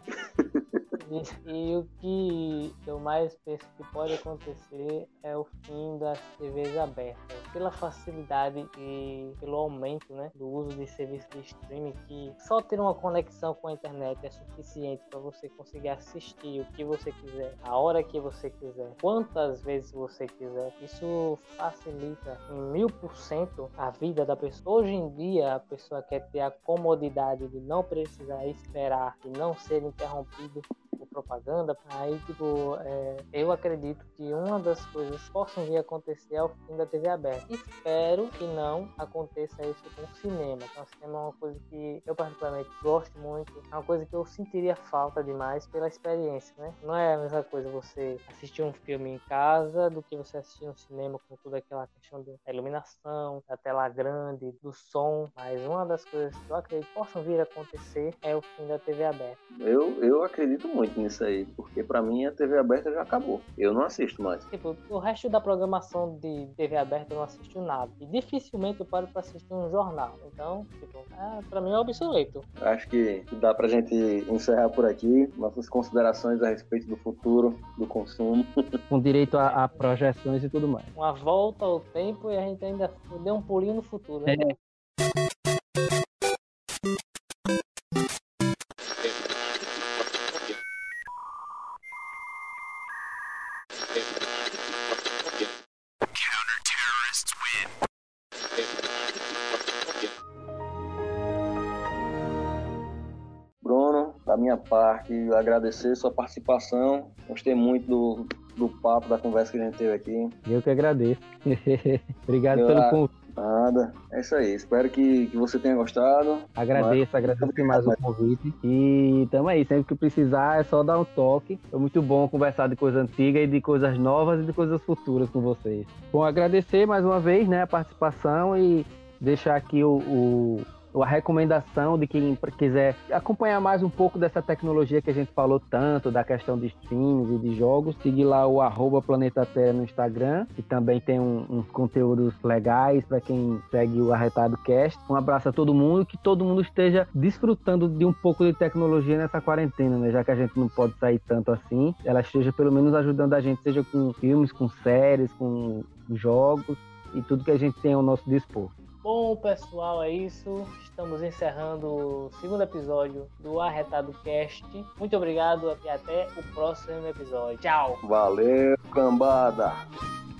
E o que eu mais penso que pode acontecer é o fim das TVs abertas. Pela facilidade e pelo aumento, né, do uso de serviços de streaming, que só ter uma conexão com a internet é suficiente para você conseguir assistir o que você quiser, a hora que você quiser, quantas vezes você quiser. Isso facilita em 1000% a vida da pessoa. Hoje em dia, a pessoa quer ter a comodidade de não precisar esperar e não ser interrompido por propaganda. Aí, eu acredito que uma das coisas que possam vir a acontecer é o fim da TV aberta. Espero que não aconteça isso com o cinema. Então, o cinema é uma coisa que eu particularmente gosto muito, é uma coisa que eu sentiria falta demais pela experiência, né? Não é a mesma coisa você assistir um filme em casa do que você assistir no cinema, com toda aquela questão da iluminação, da tela grande, do som. Mas uma das coisas que eu acredito que possam vir a acontecer é o fim da TV aberta. Eu acredito muito nisso aí, porque pra mim a TV aberta já acabou. Eu não assisto mais. O resto da programação de TV aberta eu não assisto nada. E dificilmente eu paro pra assistir um jornal. Então, pra mim é obsoleto. Acho que dá pra gente encerrar por aqui nossas considerações a respeito do futuro do consumo. Com direito a projeções e tudo mais. Uma volta ao tempo e a gente ainda deu um pulinho no futuro, né? Bruno, da minha parte, agradecer sua participação. Gostei muito do papo, da conversa que a gente teve aqui. Eu que agradeço. Obrigado pelo convite. nada. É isso aí. Espero que você tenha gostado. Agradeço demais o convite. E tamo aí, sempre que precisar é só dar um toque. Foi muito bom conversar de coisa antiga e de coisas novas e de coisas futuras com vocês. Bom, agradecer mais uma vez, né, a participação e deixar aqui a recomendação de quem quiser acompanhar mais um pouco dessa tecnologia que a gente falou tanto, da questão de streams e de jogos, seguir lá o @Planeta Terra no Instagram, que também tem uns conteúdos legais para quem segue o Arretado Cast. Um abraço a todo mundo, que todo mundo esteja desfrutando de um pouco de tecnologia nessa quarentena, né? Já que a gente não pode sair tanto assim, ela esteja pelo menos ajudando a gente, seja com filmes, com séries, com jogos e tudo que a gente tem ao nosso dispor. Bom, pessoal, é isso. Estamos encerrando o segundo episódio do Arretado Cast. Muito obrigado e até o próximo episódio. Tchau! Valeu, cambada!